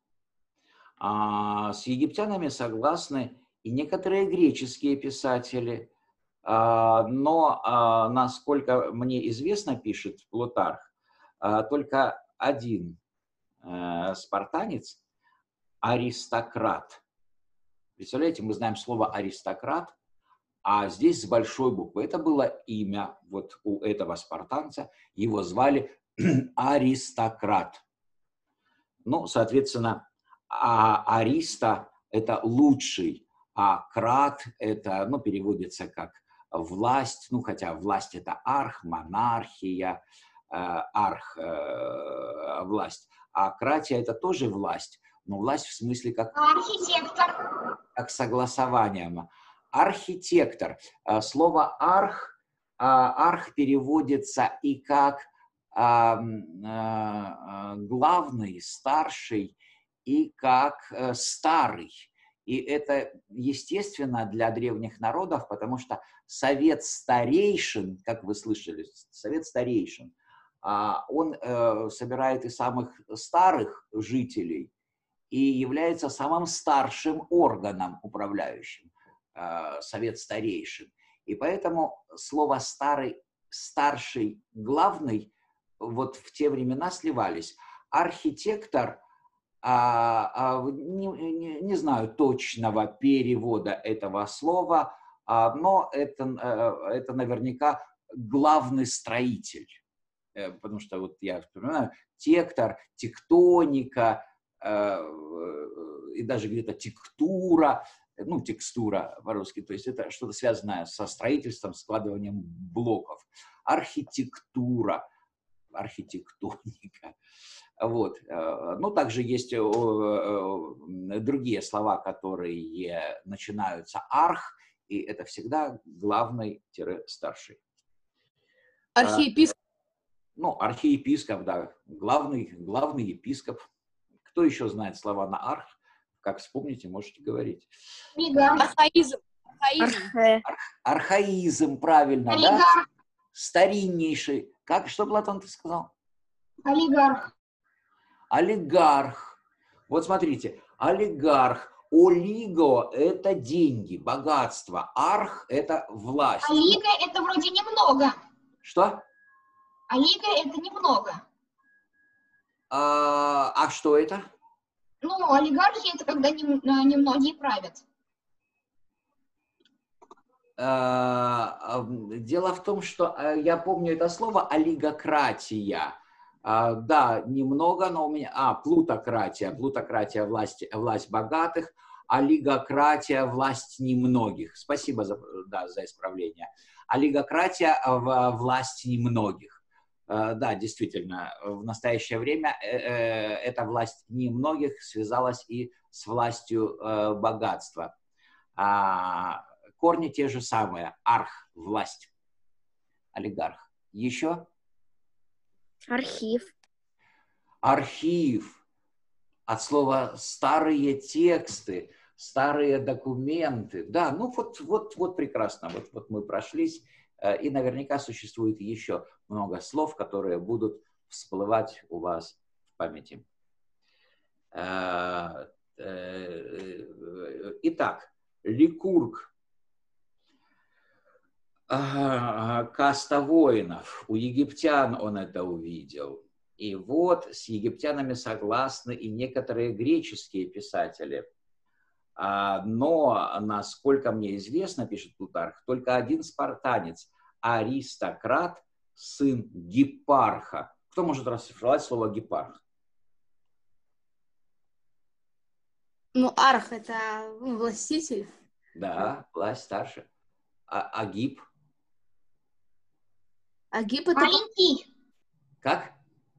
С египтянами согласны и некоторые греческие писатели, но, насколько мне известно, пишет Плутарх, только один спартанец, аристократ. Представляете, мы знаем слово аристократ, а здесь с большой буквы. Это было имя вот у этого спартанца, его звали аристократ. Ну, соответственно, ариста – это лучший, а крат – это, ну, переводится как власть, ну, хотя власть – это арх, монархия, власть. А кратия – это тоже власть, но власть в смысле как… Архитектор. Как согласованием. Архитектор. Слово арх переводится и как главный, старший, и как старый. И это естественно для древних народов, потому что совет старейшин, как вы слышали, совет старейшин, Он собирает и самых старых жителей и является самым старшим органом управляющим, совет старейшин. И поэтому слово «старый», «старший», «главный» вот в те времена сливались. Архитектор, не знаю точного перевода этого слова, но это наверняка главный строитель. Потому что вот я вспоминаю тектор, тектоника и даже где-то тектура, ну, текстура по-русски, то есть это что-то связанное со строительством, складыванием блоков. Архитектура, архитектоника. Вот. Ну, также есть другие слова, которые начинаются арх, и это всегда главный-старший. Архиепископ. Ну, архиепископ, да, главный епископ. Кто еще знает слова на арх? Как вспомните, можете говорить. Архаизм. Архаизм, правильно, Олигарх. да? Стариннейший. Как, что, Платон, ты сказал? Олигарх. Олигарх. Вот смотрите, олигарх. Олиго – это деньги, богатство. Арх – это власть. Олига – это вроде немного. Что? Олига – это немного. А что это? Ну, олигархия – это когда немногие правят. Дело в том, что я помню это слово олигократия. Да, немного, но у меня... плутократия. Плутократия – власть богатых. Олигократия – власть немногих. Спасибо за исправление. Олигократия – власть немногих. Да, действительно, в настоящее время эта власть немногих связалась и с властью богатства. Корни те же самые. Арх – власть. Олигарх. Еще? Архив. Архив. От слова «старые тексты», «старые документы». Да, ну вот прекрасно. Вот мы прошлись. И наверняка существует еще много слов, которые будут всплывать у вас в памяти. Итак, Ликург. Каста воинов. У египтян он это увидел. И вот с египтянами согласны и некоторые греческие писатели. Но, насколько мне известно, пишет Плутарх, только один спартанец, аристократ, сын Гиппарха. Кто может расшифровать слово Гиппарх? Ну, арх — это властитель. Да, власть старше. А Гип? А гип — это... Маленький. Как?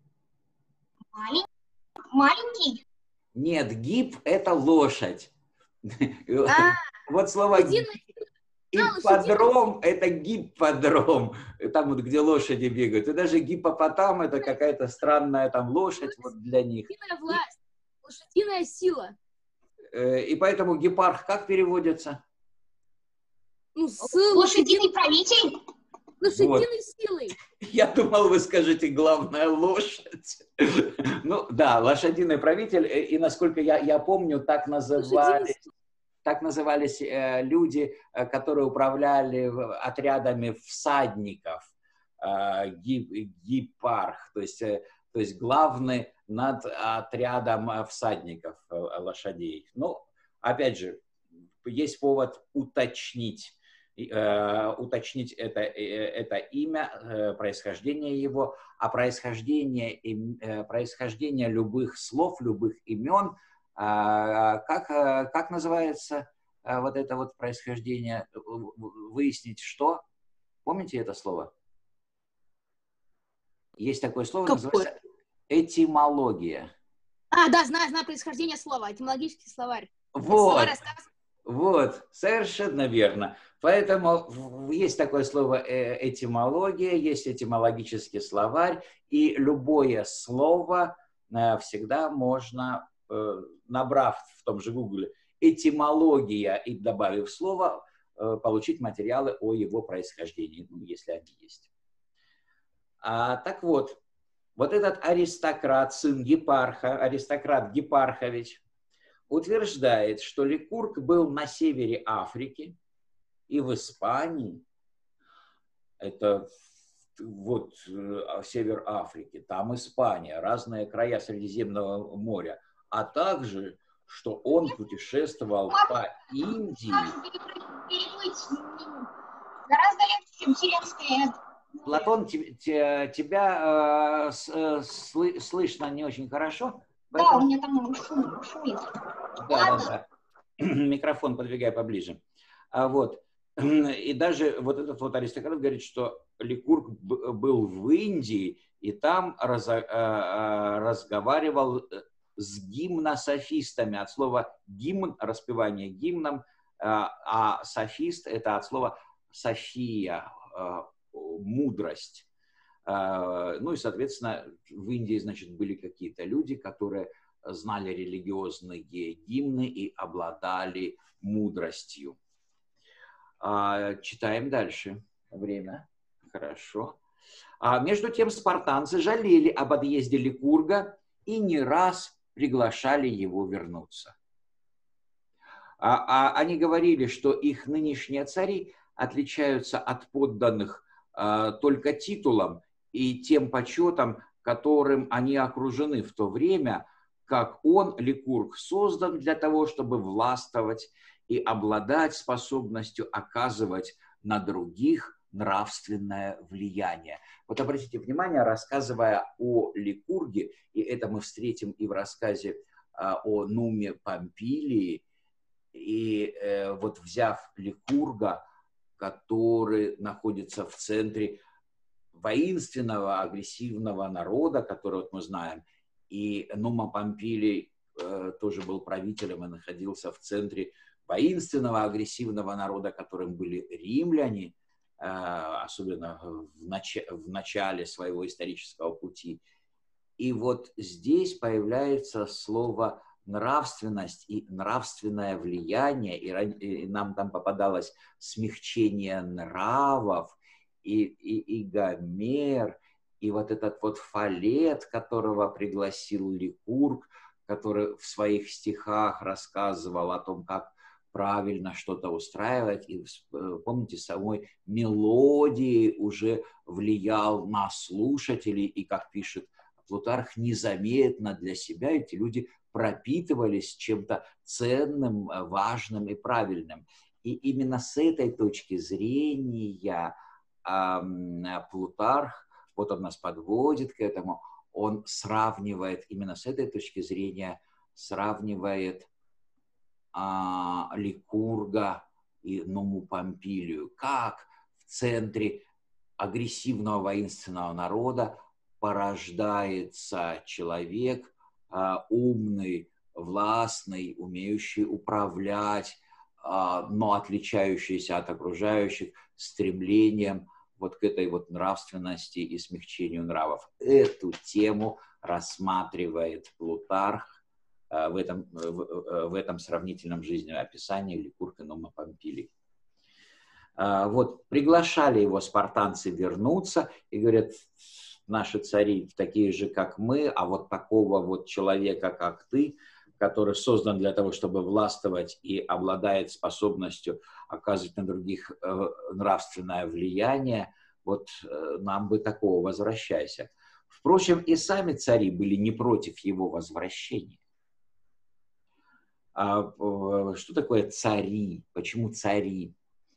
Маленький. Нет, Гип – это лошадь. Вот слово ипподром – это гипподром. Там вот, где лошади бегают. И даже гиппопотам – это какая-то странная там лошадь вот для них. Лошадиная власть, лошадиная сила. И поэтому гепарх как переводится? Ну, с Лошадиный правитель. лошадиной силой. Я думал, вы скажете «главная лошадь». Ну да, лошадиный правитель. И насколько я помню, так назывались люди, которые управляли отрядами всадников. Гипарх, то есть главный над отрядом всадников лошадей. Ну, опять же, есть повод уточнить это имя, происхождение его, а происхождение любых слов, любых имен, как называется вот это вот происхождение, выяснить что? Помните это слово? Есть такое слово, называется этимология. Да, знаю происхождение слова, этимологический словарь. Вот, совершенно верно. Поэтому есть такое слово этимология, есть этимологический словарь, и любое слово всегда можно, набрав в том же Гугле этимология и добавив слово, получить материалы о его происхождении, ну, если они есть. Так вот, вот этот аристократ, сын Гипарха, аристократ Гипархович, утверждает, что Ликург был на севере Африки и в Испании. Это вот север Африки, там Испания, разные края Средиземного моря, а также, что он путешествовал по Индии. Гораздо интереснее. Платон, тебя слышно не очень хорошо. Да, у меня там шумит. Да. Микрофон подвигай поближе. Вот. И даже вот этот вот аристократ говорит, что Ликург был в Индии и там разговаривал с гимнософистами. От слова гимн, распевание гимном, а софист — это от слова софия, мудрость. Ну и, соответственно, в Индии, значит, были какие-то люди, которые знали религиозные гимны и обладали мудростью. Читаем дальше. Время. Хорошо. Между тем спартанцы жалели об отъезде Ликурга и не раз приглашали его вернуться. Они говорили, что их нынешние цари отличаются от подданных только титулом и тем почетом, которым они окружены в то время, как он, Ликург, создан для того, чтобы властвовать и обладать способностью оказывать на других нравственное влияние. Вот обратите внимание, рассказывая о Ликурге, и это мы встретим и в рассказе о Нуме Помпилии, и вот взяв Ликурга, который находится в центре воинственного, агрессивного народа, который вот мы знаем, и Нума Помпилий тоже был правителем и находился в центре воинственного, агрессивного народа, которым были римляне, особенно в начале своего исторического пути. И вот здесь появляется слово нравственность и нравственное влияние, и нам там попадалось смягчение нравов, и Гомер, и вот этот вот Фалет, которого пригласил Ликург, который в своих стихах рассказывал о том, как правильно что-то устраивать, и помните, самой мелодии уже влиял на слушателей, и, как пишет Плутарх, незаметно для себя эти люди пропитывались чем-то ценным, важным и правильным. И именно с этой точки зрения Плутарх, вот он нас подводит к этому, он сравнивает, именно с этой точки зрения, сравнивает Ликурга и Нуму Помпилию, как в центре агрессивного воинственного народа порождается человек умный, властный, умеющий управлять, но отличающийся от окружающих стремлением вот к этой вот нравственности и смягчению нравов. Эту тему рассматривает Плутарх в этом сравнительном жизненном описании Ликург и Нума Помпилий. Вот приглашали его спартанцы вернуться и говорят: наши цари такие же, как мы, а вот такого вот человека, как ты, который создан для того, чтобы властвовать и обладает способностью оказывать на других нравственное влияние, вот нам бы такого, возвращайся. Впрочем, и сами цари были не против его возвращения. Что такое цари? Почему цари?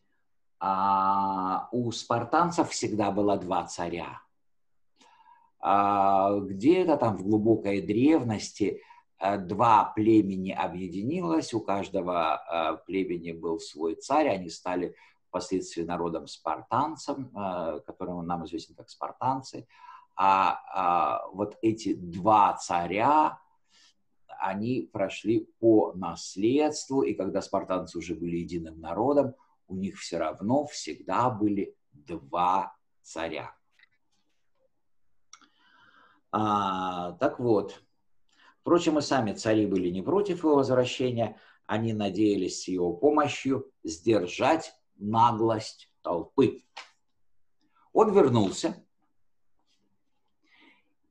У спартанцев всегда было два царя. Где-то там в глубокой древности два племени объединилось, у каждого племени был свой царь, они стали впоследствии народом спартанцем, которым нам известен как спартанцы. Вот эти два царя, они прошли по наследству, и когда спартанцы уже были единым народом, у них все равно всегда были два царя. Так вот, впрочем, и сами цари были не против его возвращения, они надеялись с его помощью сдержать наглость толпы. Он вернулся,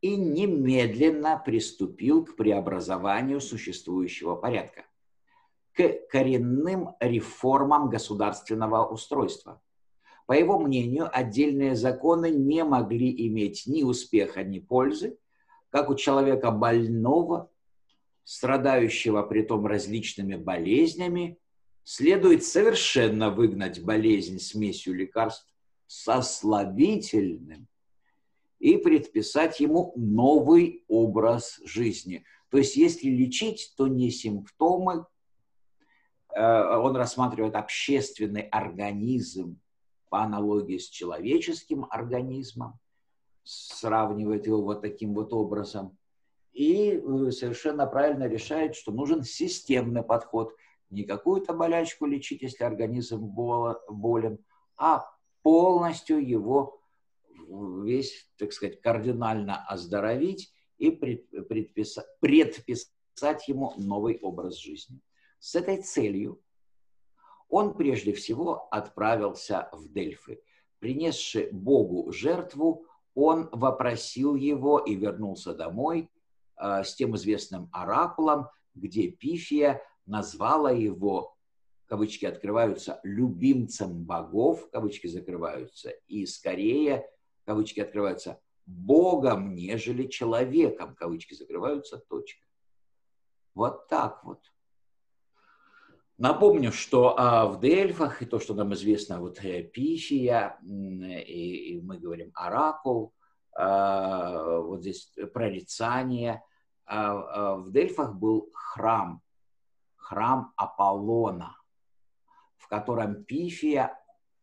и немедленно приступил к преобразованию существующего порядка, к коренным реформам государственного устройства. По его мнению, отдельные законы не могли иметь ни успеха, ни пользы, как у человека больного, страдающего притом различными болезнями, следует совершенно выгнать болезнь смесью лекарств со слабительным и предписать ему новый образ жизни. То есть, если лечить, то не симптомы, он рассматривает общественный организм по аналогии с человеческим организмом, сравнивает его вот таким вот образом, и совершенно правильно решает, что нужен системный подход. Не какую-то болячку лечить, если организм болен, а полностью его весь, так сказать, кардинально оздоровить и предписать ему новый образ жизни. С этой целью он прежде всего отправился в Дельфы. Принесши Богу жертву, он вопросил его и вернулся домой с тем известным оракулом, где Пифия назвала его, кавычки открываются, любимцем богов, кавычки закрываются, и скорее, кавычки открываются, Богом, нежели человеком, кавычки закрываются, точка. Вот так вот. Напомню, что в Дельфах, и то, что нам известно, вот Пифия, и мы говорим оракул, вот здесь прорицание, в Дельфах был храм Аполлона, в котором Пифия,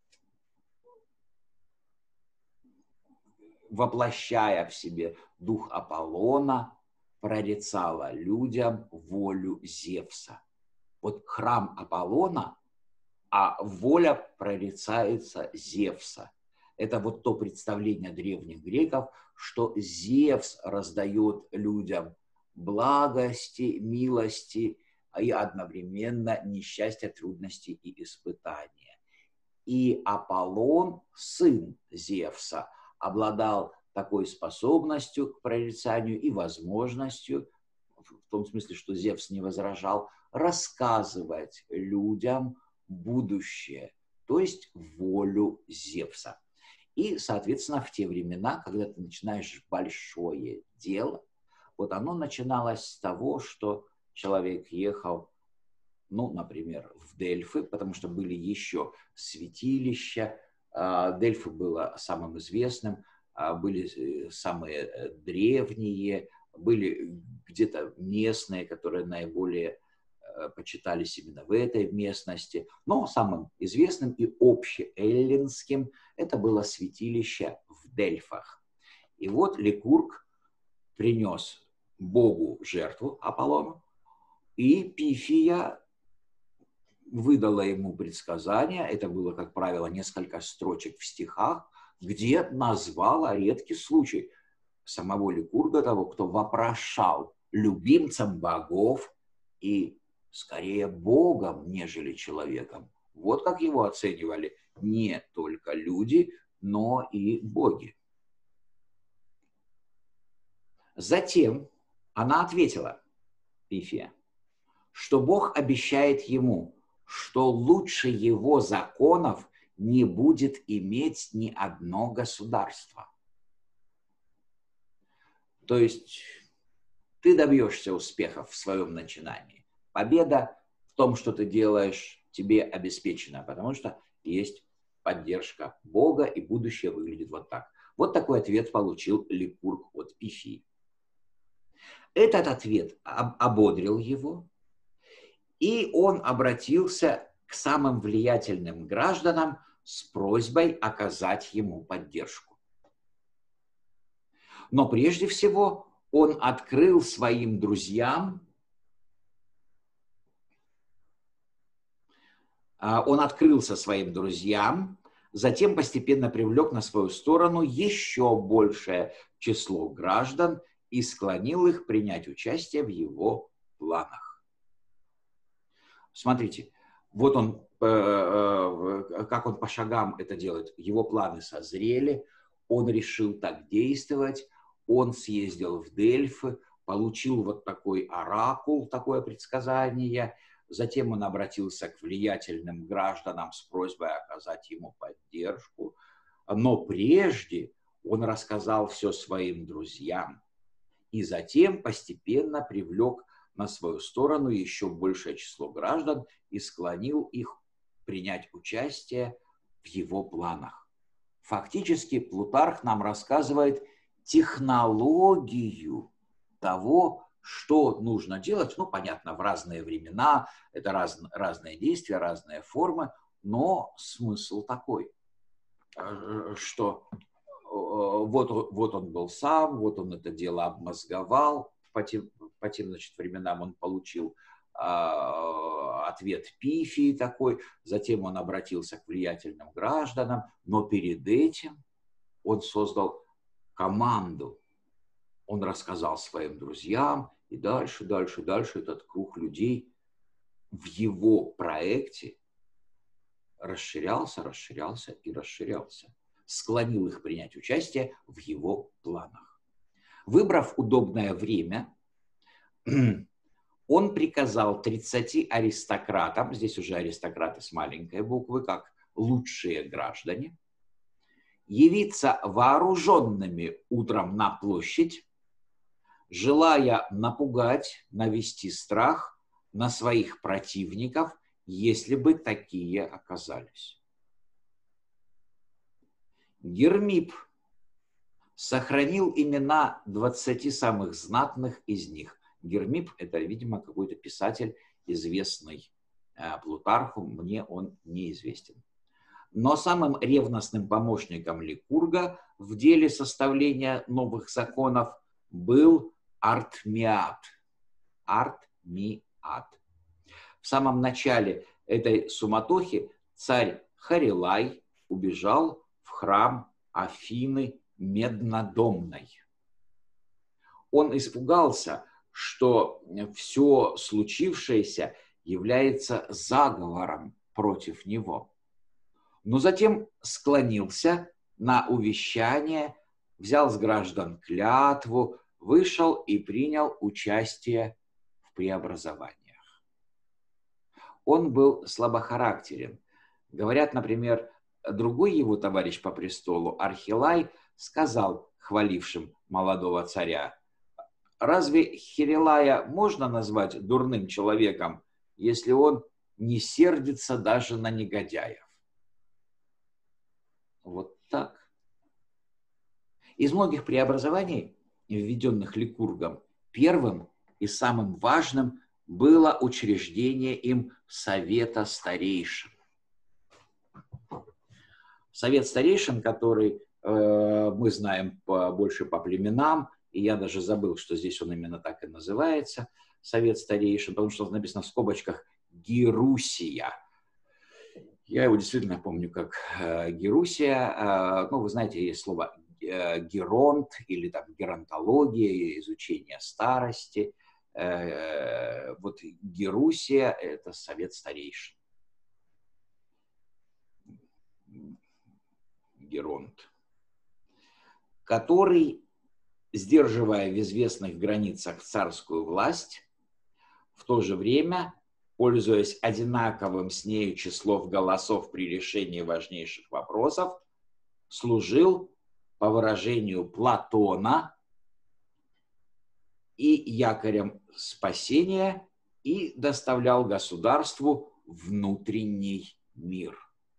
воплощая в себе дух Аполлона, прорицала людям волю Зевса. Вот храм Аполлона, а воля прорицается Зевса. Это вот то представление древних греков, что Зевс раздает людям благости, милости и одновременно несчастья, трудности и испытания. И Аполлон, сын Зевса, обладал такой способностью к прорицанию и возможностью, в том смысле, что Зевс не возражал, рассказывать людям будущее, то есть волю Зевса. И, соответственно, в те времена, когда ты начинаешь большое дело, вот оно начиналось с того, что человек ехал, ну, например, в Дельфы, потому что были еще святилища. Дельфы было самым известным, были самые древние, были где-то местные, которые наиболее почитались именно в этой местности. Но самым известным и общеэллинским это было святилище в Дельфах. И вот Ликург принес Богу жертву Аполлону, и Пифия выдала ему предсказание. Это было, как правило, несколько строчек в стихах, где назвала редкий случай самого Ликурга, того, кто вопрошал любимцем богов и скорее Богом, нежели человеком. Вот как его оценивали не только люди, но и боги. Затем она ответила, Пифия, что Бог обещает ему, что лучше его законов не будет иметь ни одно государство. То есть ты добьешься успехов в своем начинании. Победа в том, что ты делаешь, тебе обеспечена, потому что есть поддержка Бога, и будущее выглядит вот так. Вот такой ответ получил Ликург от Пифии. Этот ответ ободрил его, и он обратился к самым влиятельным гражданам с просьбой оказать ему поддержку. Но прежде всего он открыл своим друзьям, он открылся своим друзьям, затем постепенно привлек на свою сторону еще большее число граждан и склонил их принять участие в его планах. Смотрите, вот он, как он по шагам это делает. Его планы созрели, он решил так действовать, он съездил в Дельфы, получил вот такой оракул, такое предсказание. Затем он обратился к влиятельным гражданам с просьбой оказать ему поддержку. Но прежде он рассказал все своим друзьям. И затем постепенно привлек на свою сторону еще большее число граждан и склонил их принять участие в его планах. Фактически Плутарх нам рассказывает технологию того, что нужно делать. Ну, понятно, в разные времена, это разные действия, разные формы, но смысл такой, что вот он был сам, вот он это дело обмозговал, по тем значит, временам он получил ответ Пифии такой, затем он обратился к влиятельным гражданам, но перед этим он создал команду. Он рассказал своим друзьям, и дальше этот круг людей в его проекте расширялся, склонил их принять участие в его планах. Выбрав удобное время, он приказал 30 аристократам, здесь уже аристократы с маленькой буквы, как лучшие граждане, явиться вооруженными утром на площадь, желая напугать, навести страх на своих противников, если бы такие оказались. Гермип сохранил имена 20 самых знатных из них. Гермип – это, видимо, какой-то писатель, известный Плутарху, мне он неизвестен. Но самым ревностным помощником Ликурга в деле составления новых законов был Артмиад. В самом начале этой суматохи царь Харилай убежал в храм Афины Меднодомной. Он испугался, что все случившееся является заговором против него. Но затем склонился на увещание, взял с граждан клятву, вышел и принял участие в преобразованиях. Он был слабохарактерен. Говорят, например, другой его товарищ по престолу, Архилай, сказал хвалившим молодого царя: «Разве Хирилая можно назвать дурным человеком, если он не сердится даже на негодяев?» Вот так. Из многих преобразований, введенных Ликургом, первым и самым важным было учреждение им Совета Старейшин. Совет Старейшин, который мы знаем больше по племенам, и я даже забыл, что здесь он именно так и называется, Совет Старейшин, потому что написано в скобочках «Герусия». Я его действительно помню как Герусия. Ну, вы знаете, есть слово геронт или там геронтология, изучение старости. Вот Герусия – это Совет Старейшин. Геронт, который, сдерживая в известных границах царскую власть, в то же время, пользуясь одинаковым с нею числом голосов при решении важнейших вопросов, служил, по выражению Платона, и якорем спасения, и доставлял государству внутренний мир.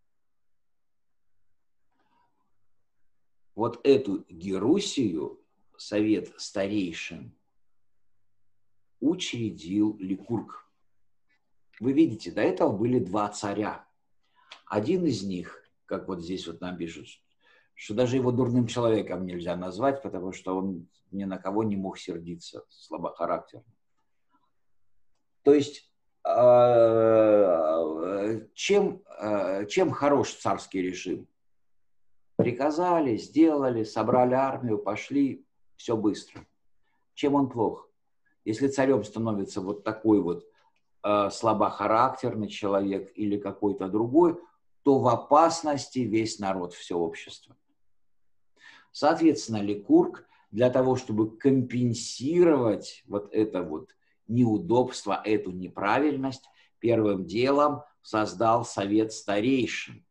Вот эту Герусию Совет Старейшин учредил Ликург. Вы видите, до этого были два царя. Один из них, как вот здесь вот нам пишут, что даже его дурным человеком нельзя назвать, потому что он ни на кого не мог сердиться, слабохарактерный. То есть, чем хорош царский режим? Приказали, сделали, собрали армию, пошли, все быстро. Чем он плох? Если царем становится вот такой вот слабохарактерный человек или какой-то другой, то в опасности весь народ, все общество. Соответственно, Ликург для того, чтобы компенсировать вот это вот неудобство, эту неправильность, первым делом создал Совет Старейшин.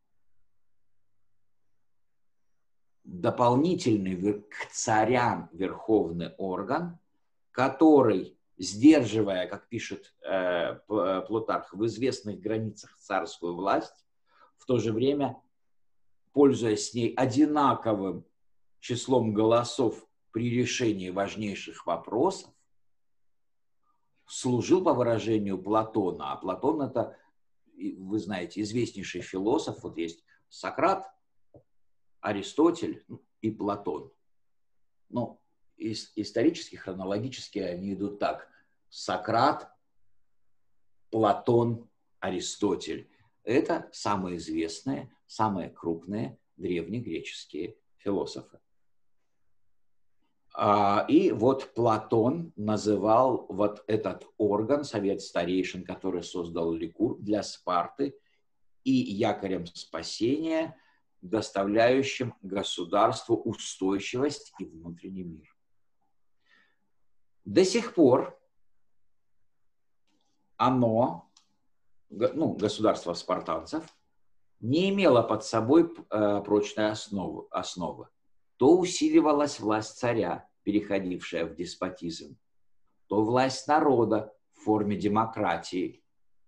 Дополнительный к царям верховный орган, который, сдерживая, как пишет Плутарх, в известных границах царскую власть, в то же время, пользуясь с ней одинаковым числом голосов при решении важнейших вопросов, служил, по выражению Платона, а Платон — это, вы знаете, известнейший философ, вот есть Сократ, Аристотель и Платон. Ну, исторически, хронологически они идут так: Сократ, Платон, Аристотель. Это самые известные, самые крупные древнегреческие философы. И вот Платон называл вот этот орган, Совет Старейшин, который создал Ликург для Спарты, и якорем спасения, доставляющим государству устойчивость и внутренний мир. До сих пор оно, ну, государство спартанцев, не имело под собой прочной основы. То усиливалась власть царя, переходившая в деспотизм, то власть народа в форме демократии,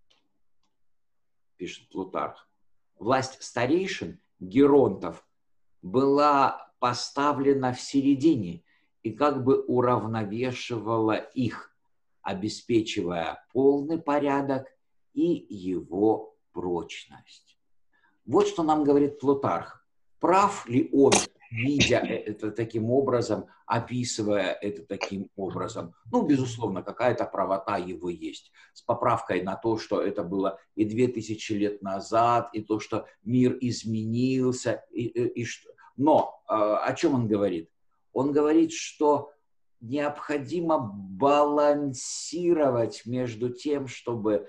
пишет Плутарх. Власть старейшин, геронтов, была поставлена в середине и как бы уравновешивала их, обеспечивая полный порядок и его прочность. Вот что нам говорит Плутарх. Прав ли он, видя это таким образом, описывая это таким образом? Ну, безусловно, какая-то правота его есть. С поправкой на то, что это было и 2000 лет назад, и то, что мир изменился. Но о чем он говорит? Он говорит, что необходимо балансировать между тем, чтобы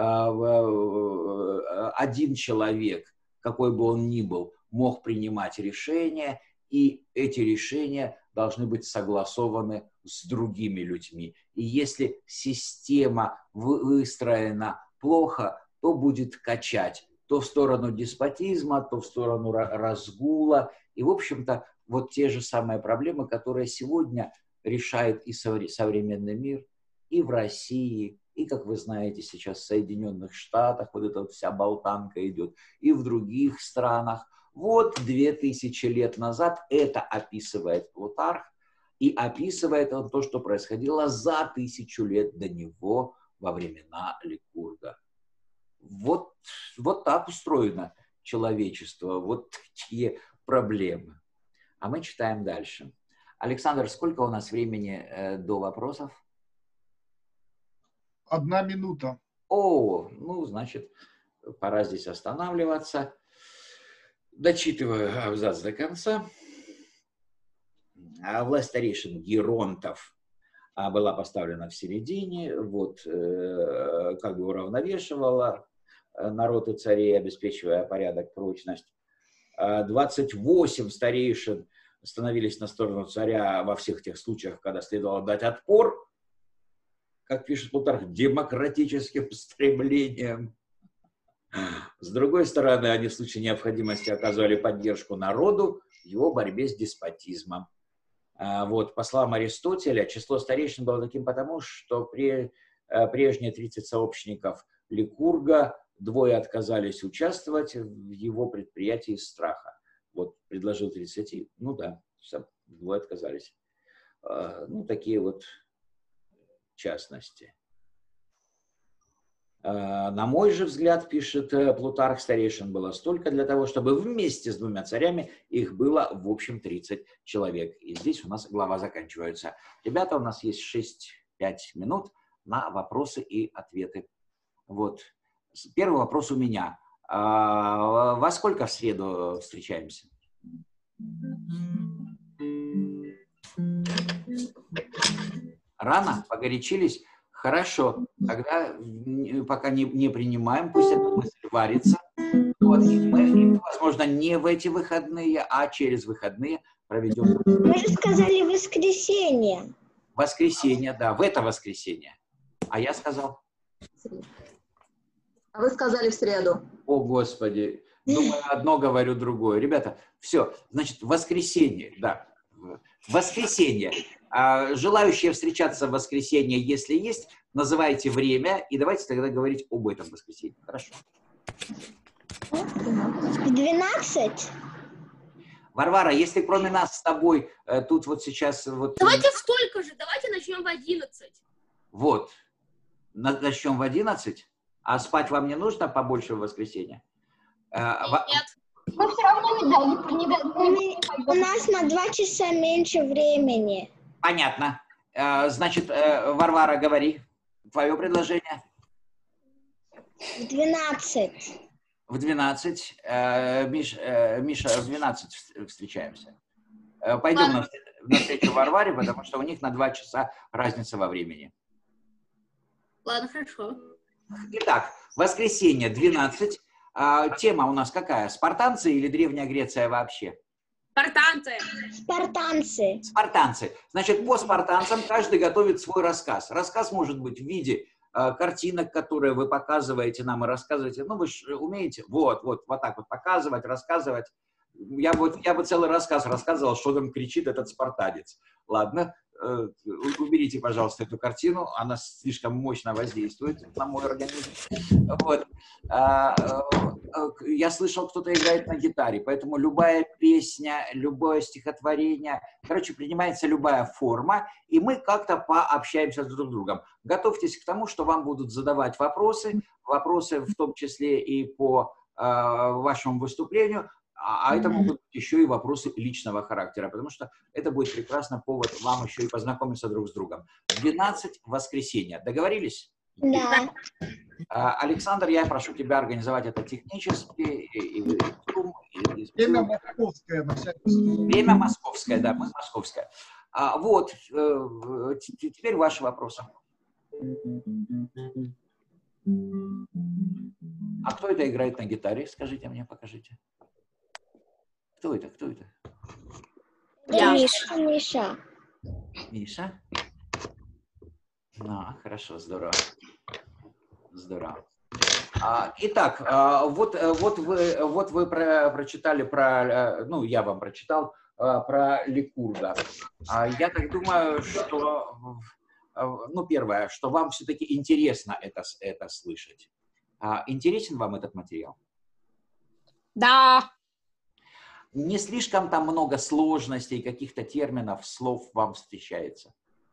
один человек, какой бы он ни был, мог принимать решения, и эти решения должны быть согласованы с другими людьми. И если система выстроена плохо, то будет качать то в сторону деспотизма, то в сторону разгула. И, в общем-то, вот те же самые проблемы, которые сегодня решает и современный мир, и в России, и, как вы знаете, сейчас в Соединенных Штатах вот эта вот вся болтанка идет, и в других странах. Вот 2000 лет назад это описывает Плутарх, и описывает он то, что происходило за 1000 лет до него во времена Ликурга. Вот так устроено человечество, вот такие проблемы. А мы читаем дальше. Александр, сколько у нас времени до вопросов? 1 минута. О, ну, значит, пора здесь останавливаться. Дочитываю абзац до конца. Власть старейшин геронтов была поставлена в середине, вот, как бы уравновешивала народ и царей, обеспечивая порядок, прочность. 28 старейшин становились на сторону царя во всех тех случаях, когда следовало дать отпор, как пишет Плутарх, демократическим стремлениям. С другой стороны, они в случае необходимости оказывали поддержку народу в его борьбе с деспотизмом. Вот, по словам Аристотеля, число старейшин было таким потому, что прежние 30 сообщников Ликурга, 2 отказались участвовать в его предприятии из страха. Вот, предложил 30, ну да, 2 отказались. Ну, такие вот частности. На мой же взгляд, пишет Плутарх, старейшин было столько для того, чтобы вместе с 2 царями их было в общем 30 человек. И здесь у нас глава заканчивается. Ребята, у нас есть 6-5 минут на вопросы и ответы. Вот. Первый вопрос у меня. Во сколько в среду встречаемся? Рано? Погорячились? Хорошо. Тогда пока не принимаем, пусть эта мысль варится. Вот. И мы, возможно, не в эти выходные, а через выходные проведем. Мы же сказали воскресенье. Воскресенье, да, в это воскресенье. А я сказал? А вы сказали в среду. О, Господи. Думаю, одно говорю другое. Ребята, все. Значит, воскресенье, да. Воскресенье. Желающие встречаться в воскресенье, если есть, называйте время, и давайте тогда говорить об этом воскресенье. Хорошо. В 12? Варвара, если кроме нас с тобой тут вот сейчас... Вот, Давайте столько же, давайте начнем в 11. Вот. Начнем в 11, а спать вам не нужно побольше в воскресенье? Нет. Мы все равно У нас на 2 часа меньше времени. Понятно. Значит, Варвара, говори. Твое предложение? В 12. В 12. Миша, в 12 встречаемся. Пойдем на встречу Варваре, потому что у них на 2 часа разница во времени. Ладно, хорошо. Итак, воскресенье, 12. Тема у нас какая? Спартанцы или Древняя Греция вообще? Спартанцы. Спартанцы. Спартанцы. Значит, по спартанцам каждый готовит свой рассказ. Рассказ может быть в виде картинок, которые вы показываете нам и рассказываете. Ну, вы же умеете вот так вот показывать, рассказывать. Я бы целый рассказ рассказывал, что там кричит этот спартанец. Ладно, уберите, пожалуйста, эту картину. Она слишком мощно воздействует на мой организм. Вот. Я слышал, кто-то играет на гитаре, поэтому любая песня, любое стихотворение, короче, принимается любая форма, и мы как-то пообщаемся друг с другом. Готовьтесь к тому, что вам будут задавать вопросы в том числе и по вашему выступлению, а это могут быть еще и вопросы личного характера, потому что это будет прекрасный повод вам еще и познакомиться друг с другом. 12 воскресенья. Договорились? Да. Александр, я прошу тебя организовать это технически. Время московское. Время московское, да, мы московское. Вот, теперь ваши вопросы. А кто это играет на гитаре? Скажите мне, покажите. Кто это? Кто это? Миша. Миша. Миша? Хорошо, здорово. Здорово. Итак, вот вы прочитали про, ну, я вам прочитал про Ликурга. Я так думаю, что, ну, первое, что вам все-таки интересно это слышать. Интересен вам этот материал? Да. Не слишком там много сложностей, каких-то терминов, слов вам встречается?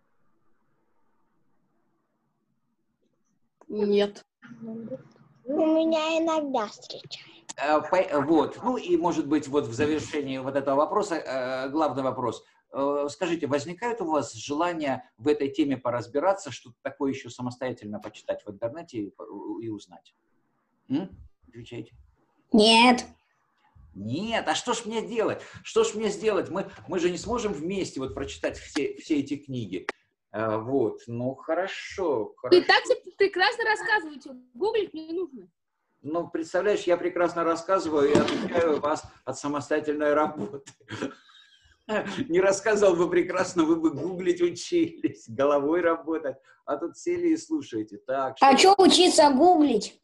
Нет. У меня иногда встречается. Вот. Ну и, может быть, вот в завершении вот этого вопроса, главный вопрос. Скажите, возникает у вас желание в этой теме поразбираться, что-то такое еще самостоятельно почитать в интернете и узнать? Отвечайте. Нет. Нет, а что ж мне делать? Что ж мне сделать? Мы же не сможем вместе вот прочитать все эти книги. Вот, ну хорошо. Вы так прекрасно рассказываете. Гуглить не нужно. Ну, представляешь, я прекрасно рассказываю и отвлекаю вас от самостоятельной работы. Не рассказывал бы прекрасно, вы бы гуглить учились, головой работать, а тут сели и слушаете. Так, а что учиться гуглить?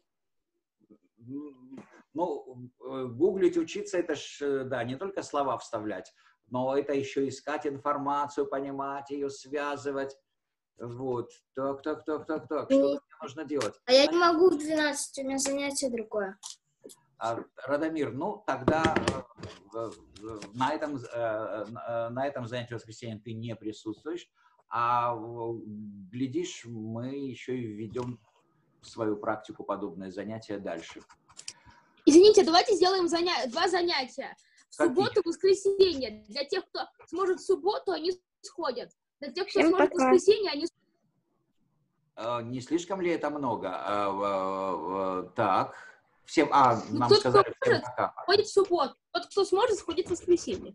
Ну, гуглить, учиться, это ж, да, не только слова вставлять, но это еще искать информацию, понимать ее, связывать. Вот. Так. Что мне нужно делать? А я не могу в 12, у меня занятие другое. Радомир, ну, тогда на этом занятии в воскресенье ты не присутствуешь, а, глядишь, мы еще и введем в свою практику подобное занятие дальше. Извините, давайте сделаем 2 занятия. В субботу и воскресенье. Для тех, кто сможет в субботу, они сходят. Для тех, кто сможет в воскресенье, они... Не слишком ли это много? Так. Всем, нам тот, сказали, кто всем может, пока. ходит в субботу. Тот, кто сможет, сходит в воскресенье.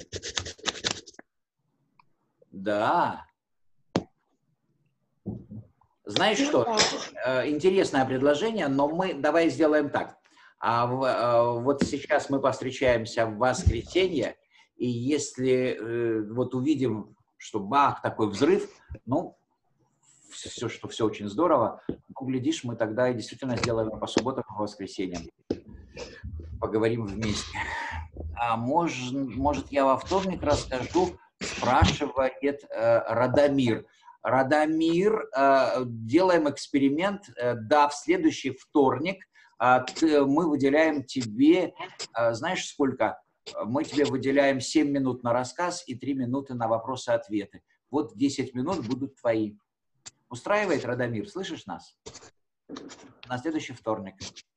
Да. Знаешь что? Интересное предложение, но мы давай сделаем так. Вот сейчас мы повстречаемся в воскресенье, И если вот увидим, что бах, такой взрыв, ну, все очень здорово, ну, глядишь, мы тогда и действительно сделаем по субботам и по воскресеньям. Поговорим вместе. А может, я во вторник расскажу, спрашивает Радомир. Радомир, делаем эксперимент, да, в следующий вторник мы выделяем тебе, знаешь сколько? Мы тебе выделяем 7 минут на рассказ и 3 минуты на вопросы-ответы. Вот 10 минут будут твои. Устраивает, Радомир? Слышишь нас? На следующий вторник.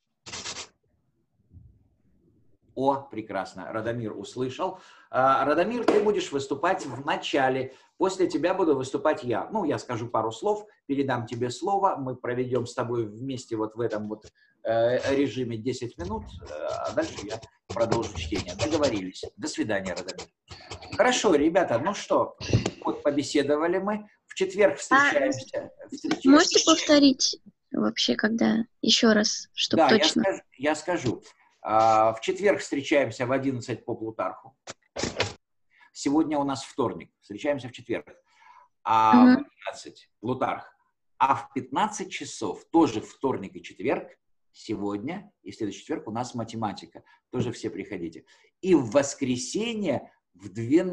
О, прекрасно. Радомир услышал. Радомир, ты будешь выступать в начале. После тебя буду выступать я. Ну, я скажу пару слов, передам тебе слово. Мы проведем с тобой вместе вот в этом вот режиме 10 минут, а дальше я продолжу чтение. Договорились. До свидания, Радомир. Хорошо, ребята, ну что, вот побеседовали мы. В четверг встречаемся. Можете повторить вообще, когда? Еще раз, чтобы да, точно. Я скажу. В четверг встречаемся в 11 по Плутарху. Сегодня у нас вторник. Встречаемся в четверг. А в 11 Плутарх. А в 15 часов, тоже вторник и четверг, сегодня и в следующий четверг у нас математика. Тоже все приходите. И в воскресенье в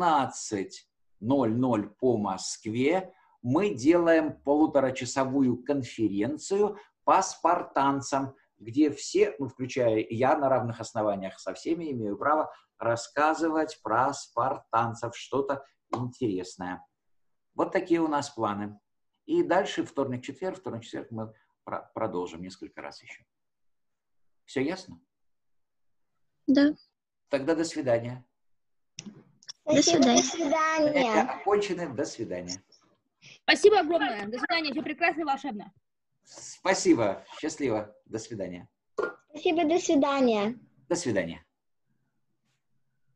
12:00 по Москве мы делаем полуторачасовую конференцию по спартанцам, где все, ну, включая я, на равных основаниях со всеми имею право рассказывать про спартанцев, что-то интересное. Вот такие у нас планы. И дальше вторник-четверг мы продолжим несколько раз еще. Все ясно? Да. Тогда до свидания. До свидания. До свидания. Занятия окончены. До свидания. Спасибо огромное. До свидания. Все прекрасно и волшебно. Спасибо. Счастливо. До свидания. Спасибо, до свидания. До свидания.